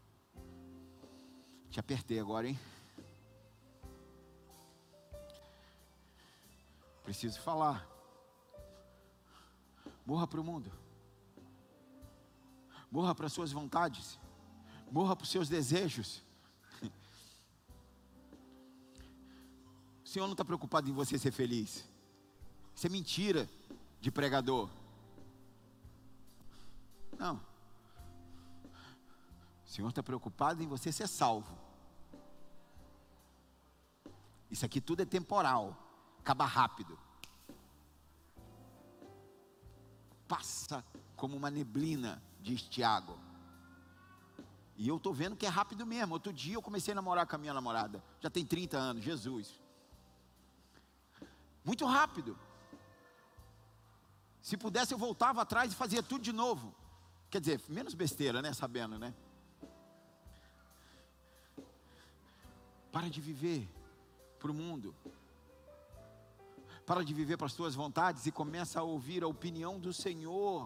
Te apertei agora, hein? Preciso falar. Morra para o mundo. Morra para as suas vontades. Morra para os seus desejos. O Senhor não está preocupado em você ser feliz. Isso é mentira de pregador. Não. O Senhor está preocupado em você ser salvo. Isso aqui tudo é temporal. Acaba rápido. Passa como uma neblina, diz Tiago. E eu estou vendo que é rápido mesmo. Outro dia eu comecei a namorar com a minha namorada. Já tem trinta anos, Jesus. Muito rápido. Se pudesse eu voltava atrás e fazia tudo de novo. Quer dizer, menos besteira, né? Sabendo, né? Para de viver para o mundo. Para de viver para as tuas vontades e começa a ouvir a opinião do Senhor.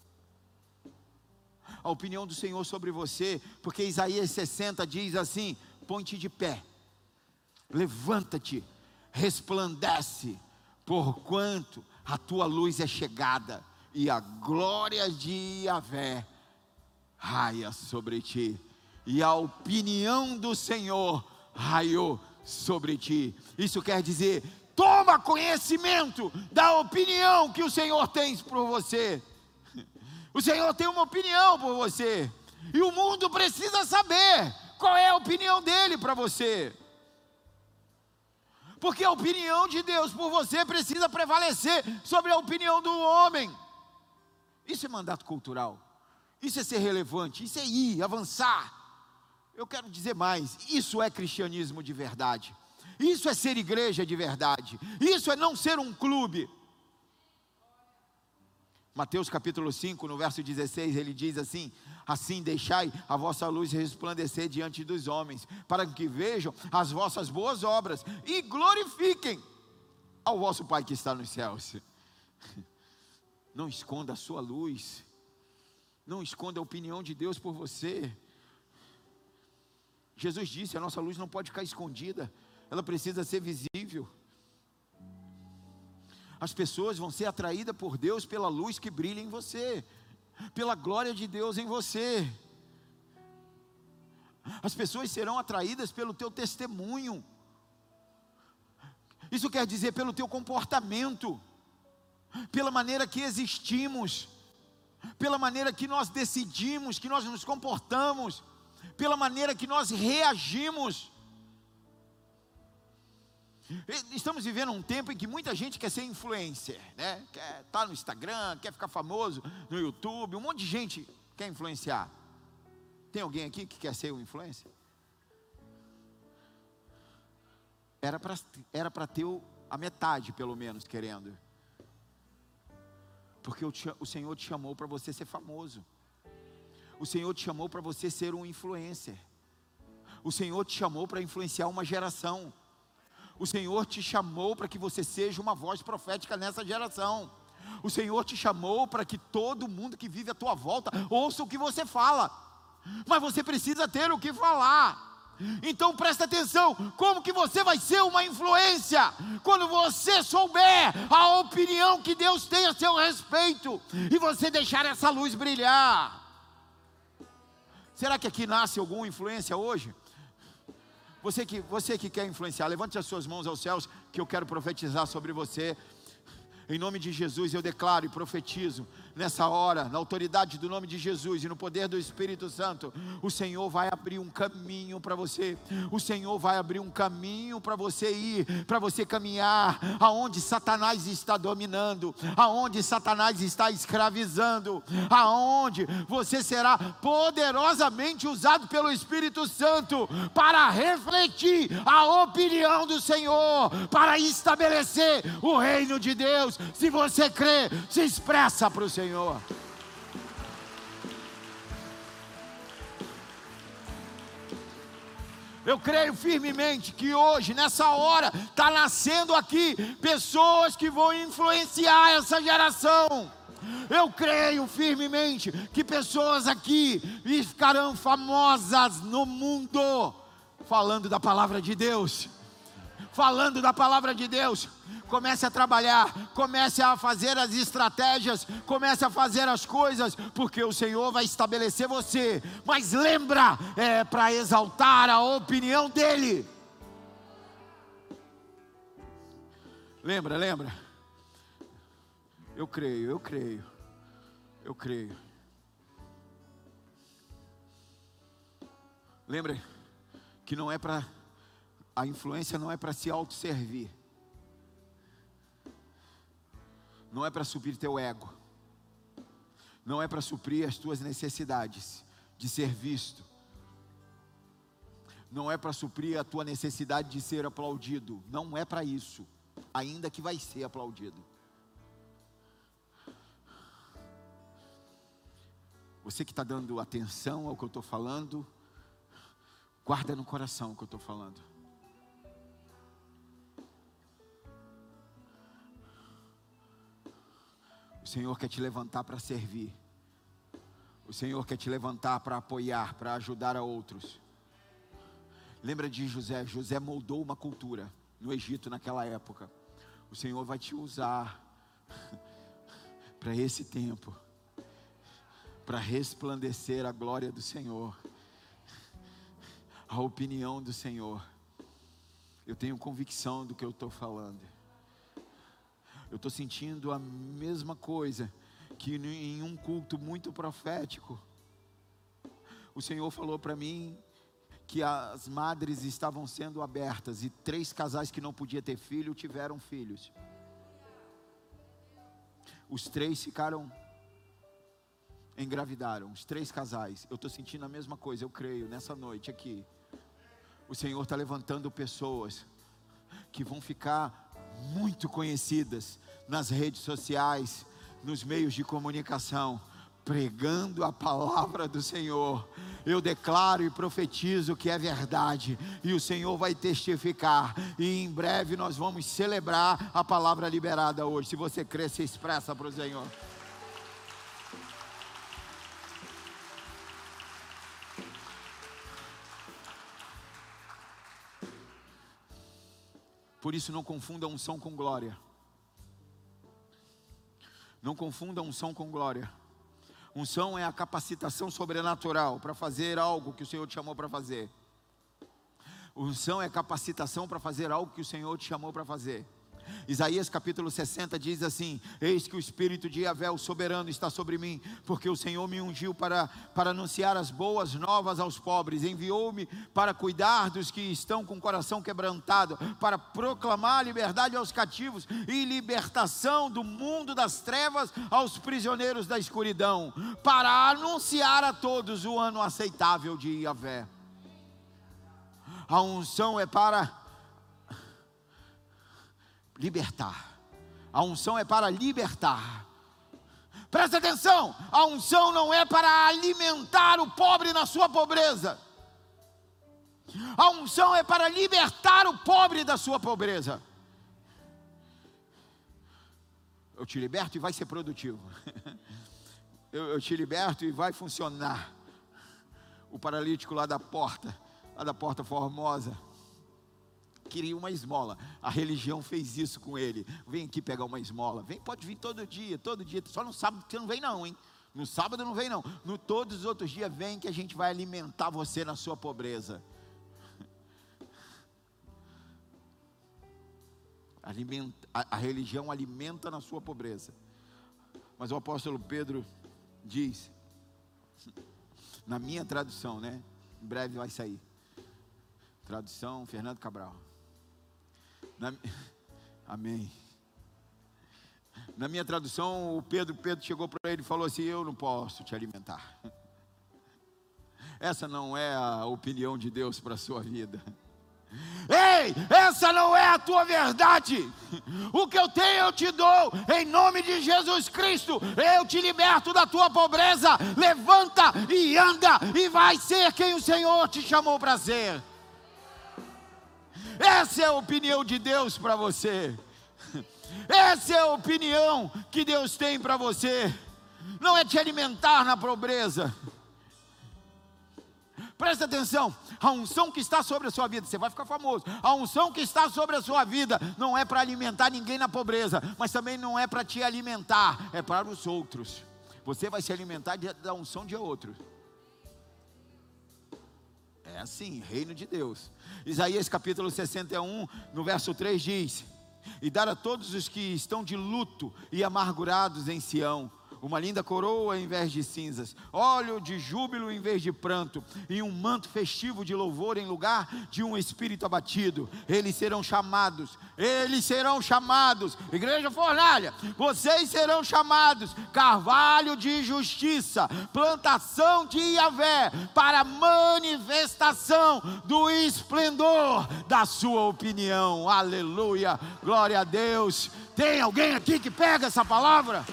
A opinião do Senhor sobre você, porque Isaías sessenta diz assim: põe-te de pé, levanta-te, resplandece, porquanto a tua luz é chegada e a glória de Yahvé raia sobre ti. E a opinião do Senhor raiou sobre ti. Isso quer dizer, toma conhecimento da opinião que o Senhor tem por você. O Senhor tem uma opinião por você, e o mundo precisa saber qual é a opinião dele para você, porque a opinião de Deus por você precisa prevalecer sobre a opinião do homem. Isso é mandato cultural, isso é ser relevante, isso é ir, avançar. Eu quero dizer mais, isso é cristianismo de verdade, isso é ser igreja de verdade, isso é não ser um clube. Mateus capítulo cinco, no verso dezesseis, ele diz assim: assim deixai a vossa luz resplandecer diante dos homens, para que vejam as vossas boas obras e glorifiquem ao vosso Pai que está nos céus. Não esconda a sua luz, não esconda a opinião de Deus por você. Jesus disse, a nossa luz não pode ficar escondida, ela precisa ser visível. As pessoas vão ser atraídas por Deus pela luz que brilha em você, pela glória de Deus em você. As pessoas serão atraídas pelo teu testemunho. Isso quer dizer pelo teu comportamento, pela maneira que existimos, pela maneira que nós decidimos, que nós nos comportamos, pela maneira que nós reagimos. Estamos vivendo um tempo em que muita gente quer ser influencer, né? Quer estar no Instagram, quer ficar famoso no YouTube, um monte de gente quer influenciar. Tem alguém aqui que quer ser um influencer? Era para era para ter a metade pelo menos querendo, porque o, o Senhor te chamou para você ser famoso, o Senhor te chamou para você ser um influencer, o Senhor te chamou para influenciar uma geração. O Senhor te chamou para que você seja uma voz profética nessa geração. O Senhor te chamou para que todo mundo que vive à tua volta ouça o que você fala. Mas você precisa ter o que falar. Então presta atenção, como que você vai ser uma influência? Quando você souber a opinião que Deus tem a seu respeito, e você deixar essa luz brilhar. Será que aqui nasce alguma influência hoje? Você que, você que quer influenciar, levante as suas mãos aos céus, que eu quero profetizar sobre você. Em nome de Jesus eu declaro e profetizo, nessa hora, na autoridade do nome de Jesus e no poder do Espírito Santo, o Senhor vai abrir um caminho para você, o Senhor vai abrir um caminho para você ir, para você caminhar, aonde Satanás está dominando, aonde Satanás está escravizando, aonde você será poderosamente usado pelo Espírito Santo, para refletir a opinião do Senhor, para estabelecer o reino de Deus. Se você crê, se expressa para o Senhor. Eu creio firmemente que hoje, nessa hora, está nascendo aqui pessoas que vão influenciar essa geração. Eu creio firmemente que pessoas aqui ficarão famosas no mundo, falando da palavra de Deus. Falando da palavra de Deus. Comece a trabalhar, comece a fazer as estratégias, comece a fazer as coisas, porque o Senhor vai estabelecer você. Mas lembra, é para exaltar a opinião dEle. Lembra, lembra? Eu creio, eu creio, eu creio. Lembra que não é para, a influência não é para se autosservir. Não é para suprir teu ego, não é para suprir as tuas necessidades de ser visto, não é para suprir a tua necessidade de ser aplaudido, não é para isso, ainda que vai ser aplaudido. Você que está dando atenção ao que eu estou falando, guarda no coração o que eu estou falando. O Senhor quer te levantar para servir. O Senhor quer te levantar para apoiar, para ajudar a outros. Lembra de José? José moldou uma cultura no Egito naquela época. O Senhor vai te usar para esse tempo, para resplandecer a glória do Senhor, a opinião do Senhor. Eu tenho convicção do que eu estou falando. Eu estou sentindo a mesma coisa que em um culto muito profético, o Senhor falou para mim que as madres estavam sendo abertas e três casais que não podiam ter filho tiveram filhos. Os três ficaram, engravidaram, os três casais. Eu estou sentindo a mesma coisa, eu creio, nessa noite aqui. O Senhor está levantando pessoas que vão ficar muito conhecidas nas redes sociais, nos meios de comunicação, pregando a palavra do Senhor. Eu declaro e profetizo que é verdade, e o Senhor vai testificar, e em breve nós vamos celebrar a palavra liberada hoje. Se você crê, se expressa para o Senhor. Por isso não confunda unção com glória. Não confunda unção com glória. Unção é a capacitação sobrenatural para fazer algo que o Senhor te chamou para fazer. Unção é capacitação para fazer algo que o Senhor te chamou para fazer. Isaías capítulo sessenta diz assim: eis que o Espírito de Yahvé, o soberano, está sobre mim, porque o Senhor me ungiu para, para anunciar as boas novas aos pobres, enviou-me para cuidar dos que estão com o coração quebrantado, para proclamar liberdade aos cativos e libertação do mundo das trevas aos prisioneiros da escuridão, para anunciar a todos o ano aceitável de Yahvé. A unção é para libertar. A unção é para libertar. Presta atenção, a unção não é para alimentar o pobre na sua pobreza. A unção é para libertar o pobre da sua pobreza. Eu te liberto e vai ser produtivo. eu, eu te liberto e vai funcionar. O paralítico lá da porta, lá da porta formosa, queria uma esmola. A religião fez isso com ele. Vem aqui pegar uma esmola. Vem, pode vir todo dia, todo dia. Só no sábado você não vem não, hein? No sábado não vem não. No todos os outros dias vem que a gente vai alimentar você na sua pobreza. Alimenta, a, a religião alimenta na sua pobreza. Mas o apóstolo Pedro diz, na minha tradução, né? Em breve vai sair. Tradução Fernando Cabral. Na, amém. Na minha tradução, o Pedro, Pedro chegou para ele e falou assim: eu não posso te alimentar. Essa não é a opinião de Deus para a sua vida. Ei, essa não é a tua verdade. O que eu tenho eu te dou, em nome de Jesus Cristo. Eu te liberto da tua pobreza. Levanta e anda, e vai ser quem o Senhor te chamou para ser. Essa é a opinião de Deus para você. Essa é a opinião que Deus tem para você. Não é te alimentar na pobreza. Presta atenção, a unção que está sobre a sua vida, você vai ficar famoso. A unção que está sobre a sua vida não é para alimentar ninguém na pobreza, mas também não é para te alimentar, é para os outros. Você vai se alimentar da unção de outros. É assim, reino de Deus. Isaías capítulo sessenta e um, no verso três diz: e dar a todos os que estão de luto e amargurados em Sião uma linda coroa em vez de cinzas, óleo de júbilo em vez de pranto, e um manto festivo de louvor em lugar de um espírito abatido. Eles serão chamados, eles serão chamados, Igreja Fornalha, vocês serão chamados carvalho de justiça, plantação de Yahvé, para manifestação do esplendor da sua opinião. Aleluia, glória a Deus. Tem alguém aqui que pega essa palavra?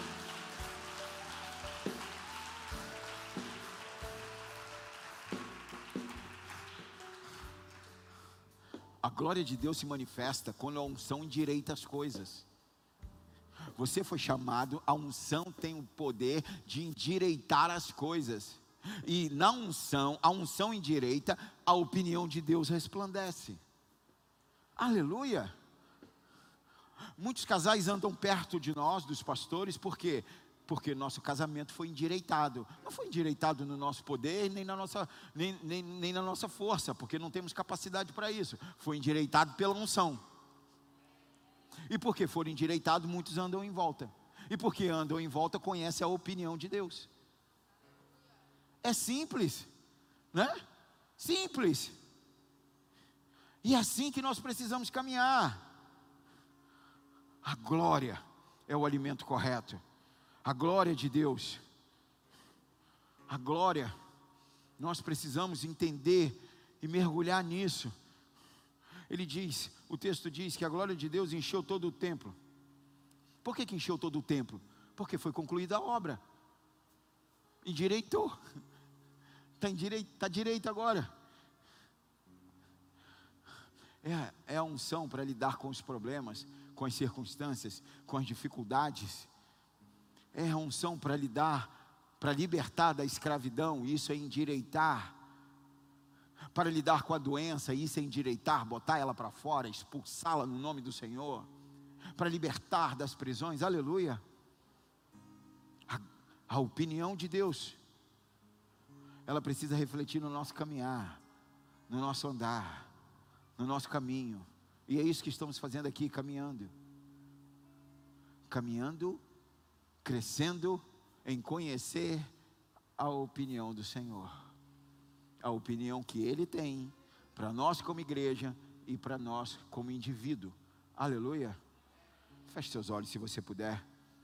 A glória de Deus se manifesta quando a unção endireita as coisas. Você foi chamado, a unção tem o poder de endireitar as coisas. E na unção, a unção endireita, a opinião de Deus resplandece. Aleluia! Muitos casais andam perto de nós, dos pastores, por quê? Porque nosso casamento foi endireitado. Não foi endireitado no nosso poder, nem na nossa, nem, nem, nem na nossa força, porque não temos capacidade para isso. Foi endireitado pela unção. E porque foram endireitados, muitos andam em volta. E porque andam em volta, conhecem a opinião de Deus. É simples, né? Simples. E é assim que nós precisamos caminhar. A glória é o alimento correto. A glória de Deus. A glória. Nós precisamos entender e mergulhar nisso. Ele diz, o texto diz que a glória de Deus encheu todo o templo. Por que que encheu todo o templo? Porque foi concluída a obra. Endireitou. Está direito, tá direito agora. É, é a unção para lidar com os problemas, com as circunstâncias, com as dificuldades. É a unção para lidar, para libertar da escravidão, isso é endireitar. Para lidar com a doença, isso é endireitar, botar ela para fora, expulsá-la no nome do Senhor. Para libertar das prisões, aleluia. A, a opinião de Deus, ela precisa refletir no nosso caminhar, no nosso andar, no nosso caminho. E é isso que estamos fazendo aqui, caminhando. Caminhando, crescendo em conhecer a opinião do Senhor. A opinião que Ele tem para nós como igreja e para nós como indivíduo. Aleluia. Feche seus olhos se você puder.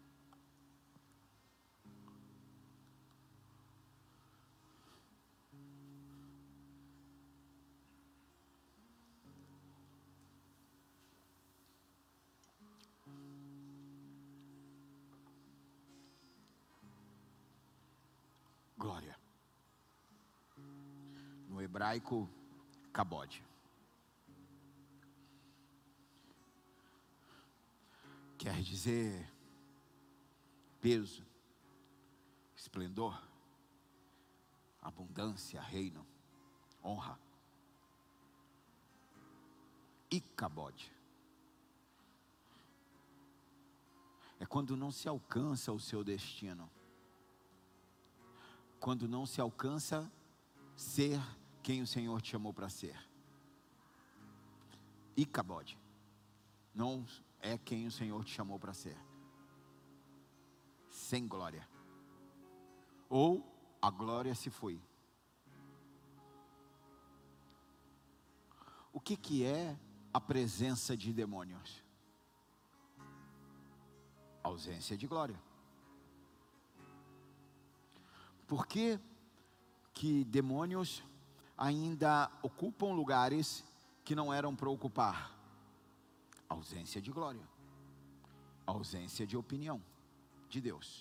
Glória. No hebraico, kabod. Quer dizer peso, esplendor, abundância, reino, honra. Ikabod é quando não se alcança o seu destino, quando não se alcança ser quem o Senhor te chamou para ser. Ikabod não é quem o Senhor te chamou para ser. Sem glória. Ou a glória se foi. O que que é a presença de demônios? Ausência de glória. Por que que demônios ainda ocupam lugares que não eram para ocupar? Ausência de glória. Ausência de opinião de Deus.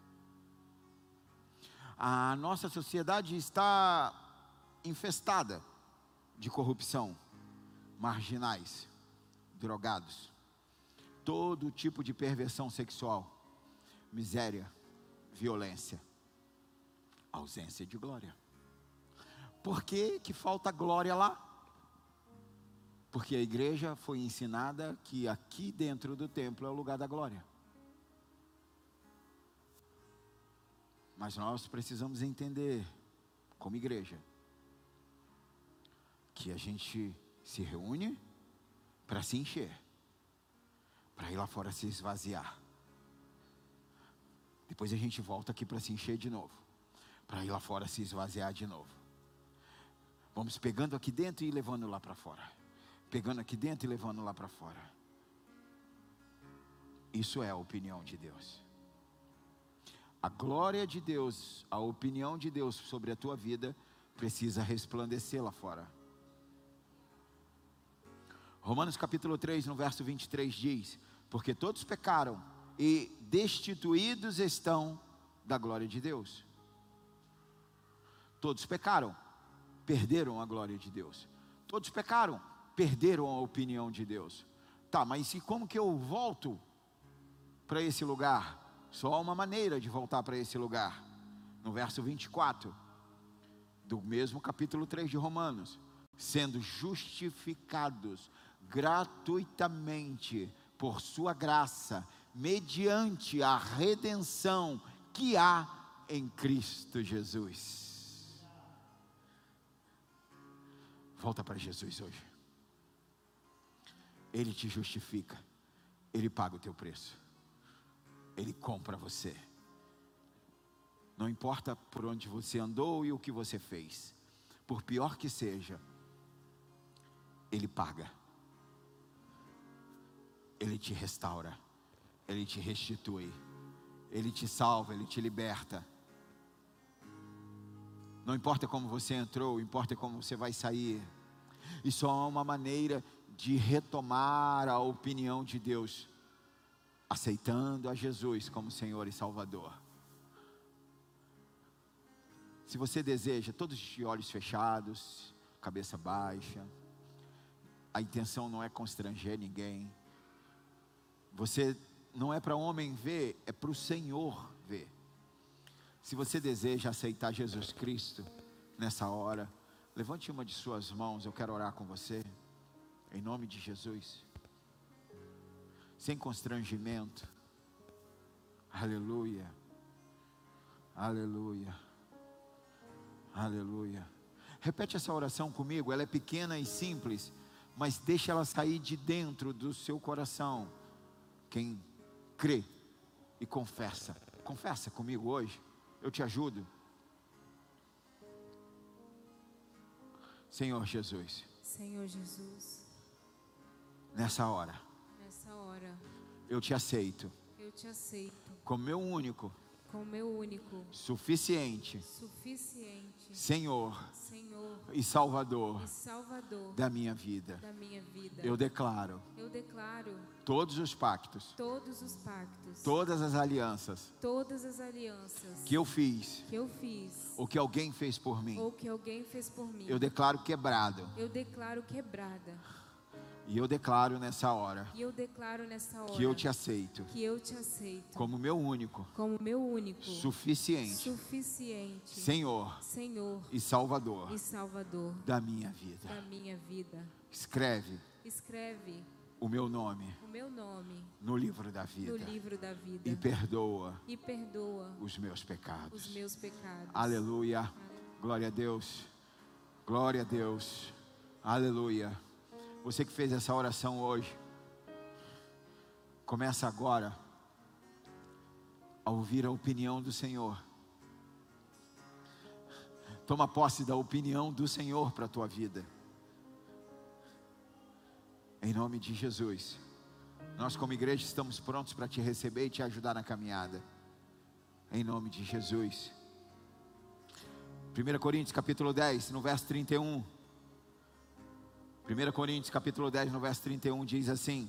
A nossa sociedade está infestada de corrupção, marginais, drogados, todo tipo de perversão sexual, miséria, violência, ausência de glória. Por que que falta glória lá? Porque a igreja foi ensinada que aqui dentro do templo é o lugar da glória. Mas nós precisamos entender, como igreja, que a gente se reúne para se encher, para ir lá fora se esvaziar. Depois a gente volta aqui para se encher de novo, para ir lá fora se esvaziar de novo. Vamos pegando aqui dentro e levando lá para fora. Pegando aqui dentro e levando lá para fora. Isso é a opinião de Deus. A glória de Deus, a opinião de Deus sobre a tua vida precisa resplandecer lá fora. Romanos capítulo três, no verso vinte e três diz: porque todos pecaram e destituídos estão da glória de Deus. Todos pecaram, perderam a glória de Deus. Todos pecaram, perderam a opinião de Deus. Tá, mas e como que eu volto para esse lugar? Só há uma maneira de voltar para esse lugar. No verso vinte e quatro do mesmo capítulo três de Romanos: sendo justificados gratuitamente por sua graça, mediante a redenção que há em Cristo Jesus. Volta para Jesus hoje. Ele te justifica. Ele paga o teu preço. Ele compra você. Não importa por onde você andou e o que você fez, por pior que seja, Ele paga. Ele te restaura. Ele te restitui. Ele te salva, Ele te liberta. Não importa como você entrou, importa como você vai sair. E só há uma maneira de retomar a opinião de Deus: aceitando a Jesus como Senhor e Salvador. Se você deseja, todos de olhos fechados, cabeça baixa, a intenção não é constranger ninguém. Você não é para homem ver, é para o Senhor ver. Se você deseja aceitar Jesus Cristo nessa hora, levante uma de suas mãos, eu quero orar com você, em nome de Jesus, sem constrangimento. Aleluia, aleluia, aleluia. Repete essa oração comigo, ela é pequena e simples, mas deixa ela sair de dentro do seu coração. Quem crê e confessa, confessa comigo hoje, eu te ajudo. Senhor Jesus, Senhor Jesus, nessa hora, nessa hora, eu te aceito, eu te aceito como meu único, como meu único, suficiente, suficiente, Senhor, Senhor e Salvador e Salvador da minha vida. da minha vida. Eu declaro Eu declaro todos os pactos, todos os pactos, todas as alianças todas as alianças que eu fiz, que eu fiz, ou que alguém fez por mim, ou que alguém fez por mim, eu declaro quebrado. eu declaro quebrada. E eu declaro nessa hora E eu declaro nessa hora que eu te aceito que eu te aceito como meu único, como meu único, suficiente, suficiente, Senhor Senhor e Salvador e Salvador da minha vida. da minha vida. Escreve Escreve o meu nome o meu nome no livro da no vida livro da vida e perdoa e perdoa os meus pecados. os meus pecados. Aleluia. Glória a Deus. Glória a Deus. Aleluia. Você que fez essa oração hoje, começa agora a ouvir a opinião do Senhor. Toma posse da opinião do Senhor para a tua vida. Em nome de Jesus. Nós como igreja estamos prontos para te receber e te ajudar na caminhada. Em nome de Jesus. primeira Coríntios capítulo dez, no verso trinta e um. primeira Coríntios capítulo dez, no verso trinta e um, diz assim: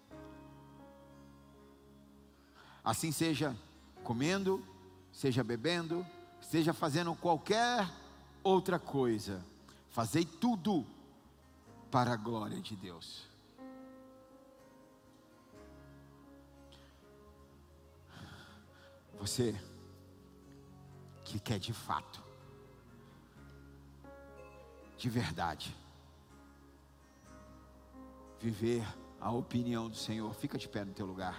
assim seja comendo, seja bebendo, seja fazendo qualquer outra coisa, fazei tudo para a glória de Deus. Você que quer de fato, de verdade, viver a opinião do Senhor, fica de pé no teu lugar.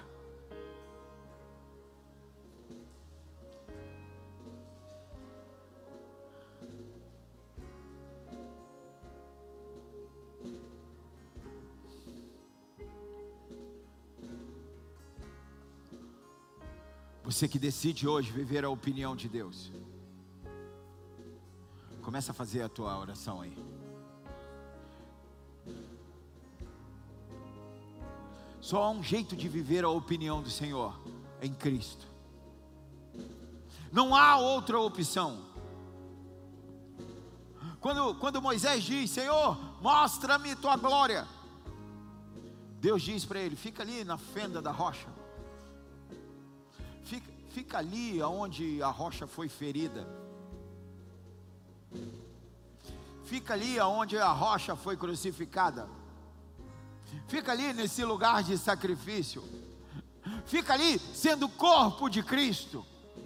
Você que decide hoje viver a opinião de Deus, começa a fazer a tua oração aí. Só há um jeito de viver a opinião do Senhor, em Cristo. Não há outra opção. Quando, quando Moisés diz: Senhor, mostra-me tua glória, Deus diz para ele: fica ali na fenda da rocha. Fica, fica ali onde a rocha foi ferida. Fica ali onde a rocha foi crucificada. Fica ali nesse lugar de sacrifício. Fica ali sendo corpo de Cristo.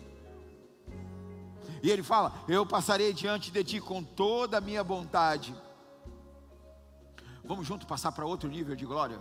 E ele fala: eu passarei diante de ti com toda a minha vontade. Vamos juntos passar para outro nível de glória?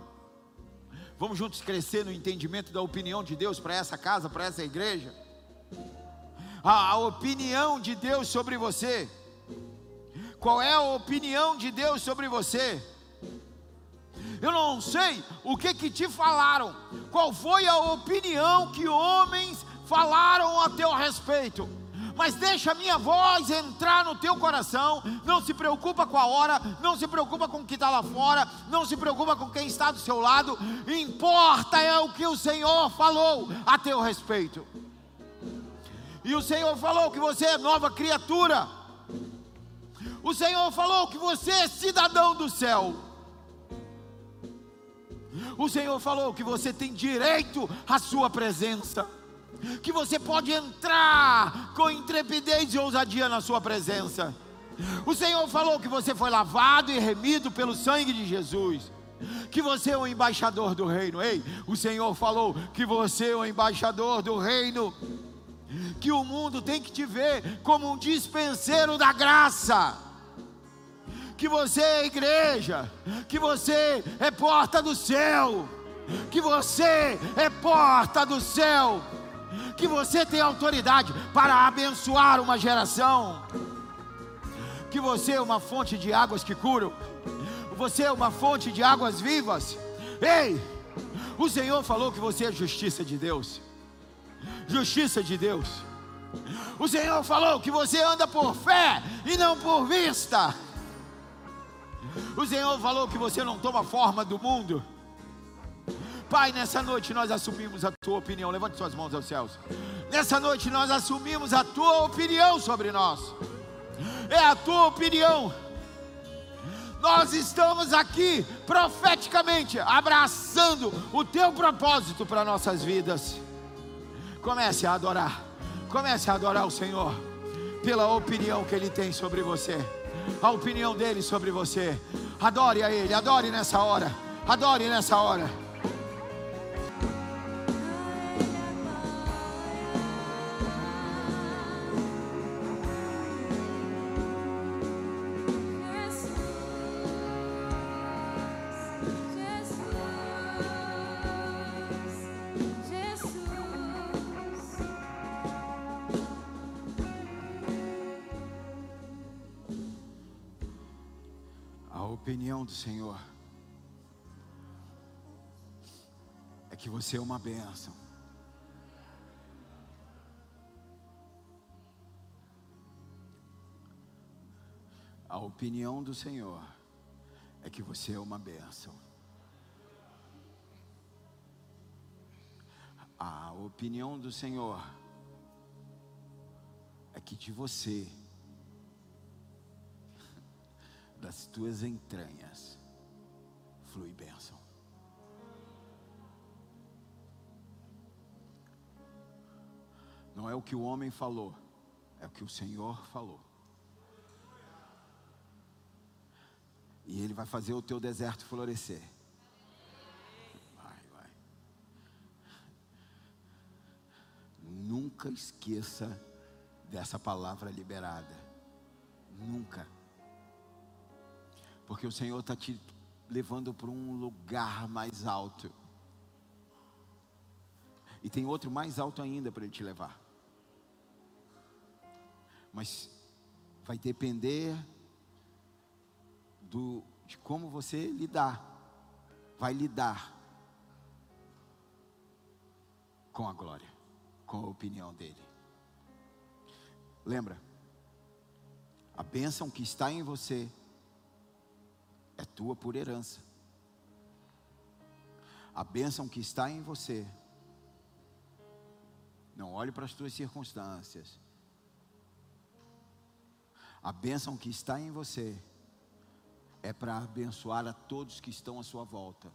Vamos juntos crescer no entendimento da opinião de Deus para essa casa, para essa igreja? a, a opinião de Deus sobre você? Qual é a opinião de Deus sobre você? Eu não sei o que que te falaram, qual foi a opinião que homens falaram a teu respeito, mas deixa a minha voz entrar no teu coração. Não se preocupa com a hora, não se preocupa com o que está lá fora, não se preocupa com quem está do seu lado, importa é o que o Senhor falou a teu respeito. E o Senhor falou que você é nova criatura, o Senhor falou que você é cidadão do céu, o Senhor falou que você tem direito à sua presença, que você pode entrar com intrepidez e ousadia na sua presença. O Senhor falou que você foi lavado e remido pelo sangue de Jesus, que você é o embaixador do reino. Ei, o Senhor falou que você é o embaixador do reino, que o mundo tem que te ver como um dispenseiro da graça, que você é igreja, que você é porta do céu, que você é porta do céu, que você tem autoridade para abençoar uma geração, que você é uma fonte de águas que curam, você é uma fonte de águas vivas. Ei, o Senhor falou que você é justiça de Deus, justiça de Deus. O Senhor falou que você anda por fé e não por vista. O Senhor falou que você não toma forma do mundo. Pai, nessa noite nós assumimos a tua opinião. Levante suas mãos aos céus. Nessa noite nós assumimos a tua opinião sobre nós. É a tua opinião. Nós estamos aqui profeticamente abraçando o teu propósito para nossas vidas. Comece a adorar. Comece a adorar o Senhor pela opinião que Ele tem sobre você, a opinião dele sobre você. Adore a Ele, adore nessa hora, adore nessa hora. A opinião do Senhor é que você é uma bênção. A opinião do Senhor é que você é uma bênção. A opinião do Senhor é que de você, das tuas entranhas, flui bênção. Não é o que o homem falou, é o que o Senhor falou. E Ele vai fazer o teu deserto florescer. Vai, vai. Nunca esqueça dessa palavra liberada. Nunca. Porque o Senhor está te levando para um lugar mais alto. E tem outro mais alto ainda para Ele te levar. Mas vai depender do, de como você lidar. Vai lidar com a glória, com a opinião dEle. Lembra? A bênção que está em você é tua por herança. A bênção que está em você, não olhe para as tuas circunstâncias. A bênção que está em você é para abençoar a todos que estão à sua volta.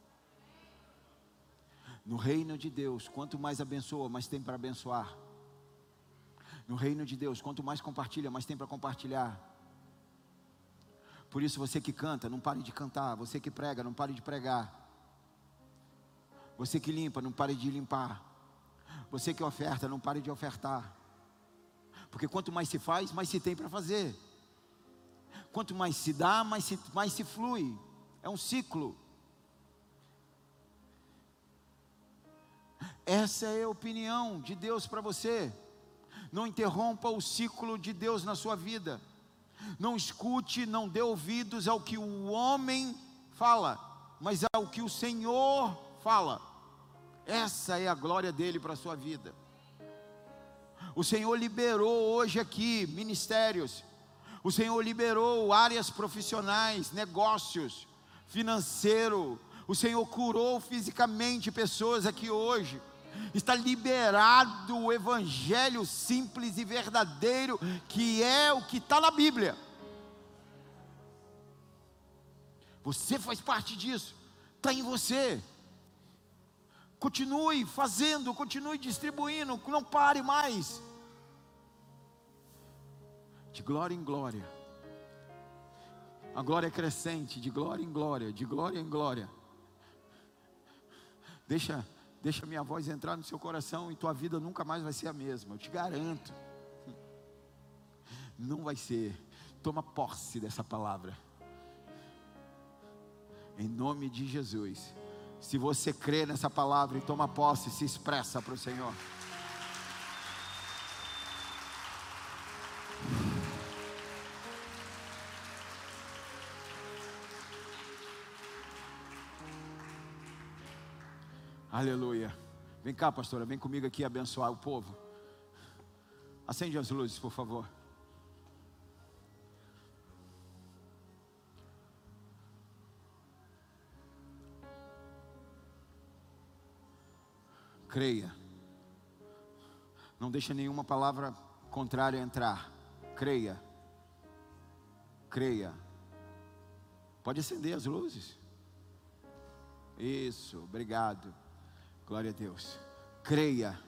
No reino de Deus, quanto mais abençoa, mais tem para abençoar. No reino de Deus, quanto mais compartilha, mais tem para compartilhar. Por isso, você que canta, não pare de cantar. Você que prega, não pare de pregar. Você que limpa, não pare de limpar. Você que oferta, não pare de ofertar. Porque quanto mais se faz, mais se tem para fazer. Quanto mais se dá, mais se, mais se flui. É um ciclo. Essa é a opinião de Deus para você. Não interrompa o ciclo de Deus na sua vida. Não escute, não dê ouvidos ao que o homem fala, mas ao que o Senhor fala. Essa é a glória dele para a sua vida. O Senhor liberou hoje aqui ministérios. O Senhor liberou áreas profissionais, negócios, financeiro. O Senhor curou fisicamente pessoas aqui hoje. Está liberado o evangelho simples e verdadeiro, que é o que está na Bíblia. Você faz parte disso, está em você. Continue fazendo, continue distribuindo, não pare mais. De glória em glória, a glória é crescente, de glória em glória, de glória em glória. Deixa Deixa minha voz entrar no seu coração e tua vida nunca mais vai ser a mesma, eu te garanto. Não vai ser. Toma posse dessa palavra. Em nome de Jesus. Se você crê nessa palavra e toma posse, se expressa para o Senhor. Aleluia. Vem cá, pastora, vem comigo aqui abençoar o povo. Acende as luzes, por favor. Creia. Não deixa nenhuma palavra contrária entrar. Creia. Creia. Pode acender as luzes. Isso, obrigado. Glória a Deus. Creia.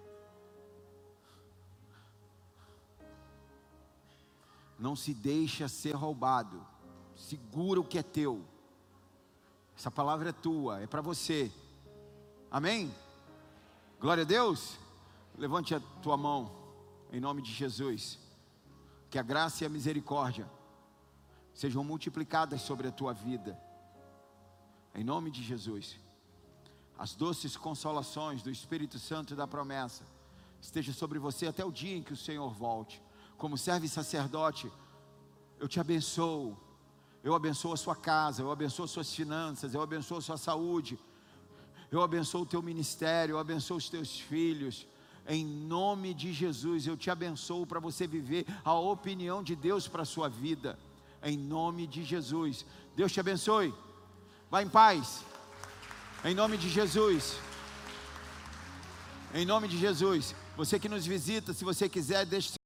Não se deixa ser roubado. Segura o que é teu. Essa palavra é tua, é para você. Amém? Glória a Deus. Levante a tua mão em nome de Jesus. Que a graça e a misericórdia sejam multiplicadas sobre a tua vida. Em nome de Jesus. As doces consolações do Espírito Santo e da promessa esteja sobre você até o dia em que o Senhor volte. Como servo e sacerdote, eu te abençoo. Eu abençoo a sua casa, eu abençoo as suas finanças, eu abençoo a sua saúde, eu abençoo o teu ministério, eu abençoo os teus filhos. Em nome de Jesus, eu te abençoo para você viver a opinião de Deus para a sua vida. Em nome de Jesus. Deus te abençoe. Vá em paz. Em nome de Jesus. Em nome de Jesus. Você que nos visita, se você quiser, deixe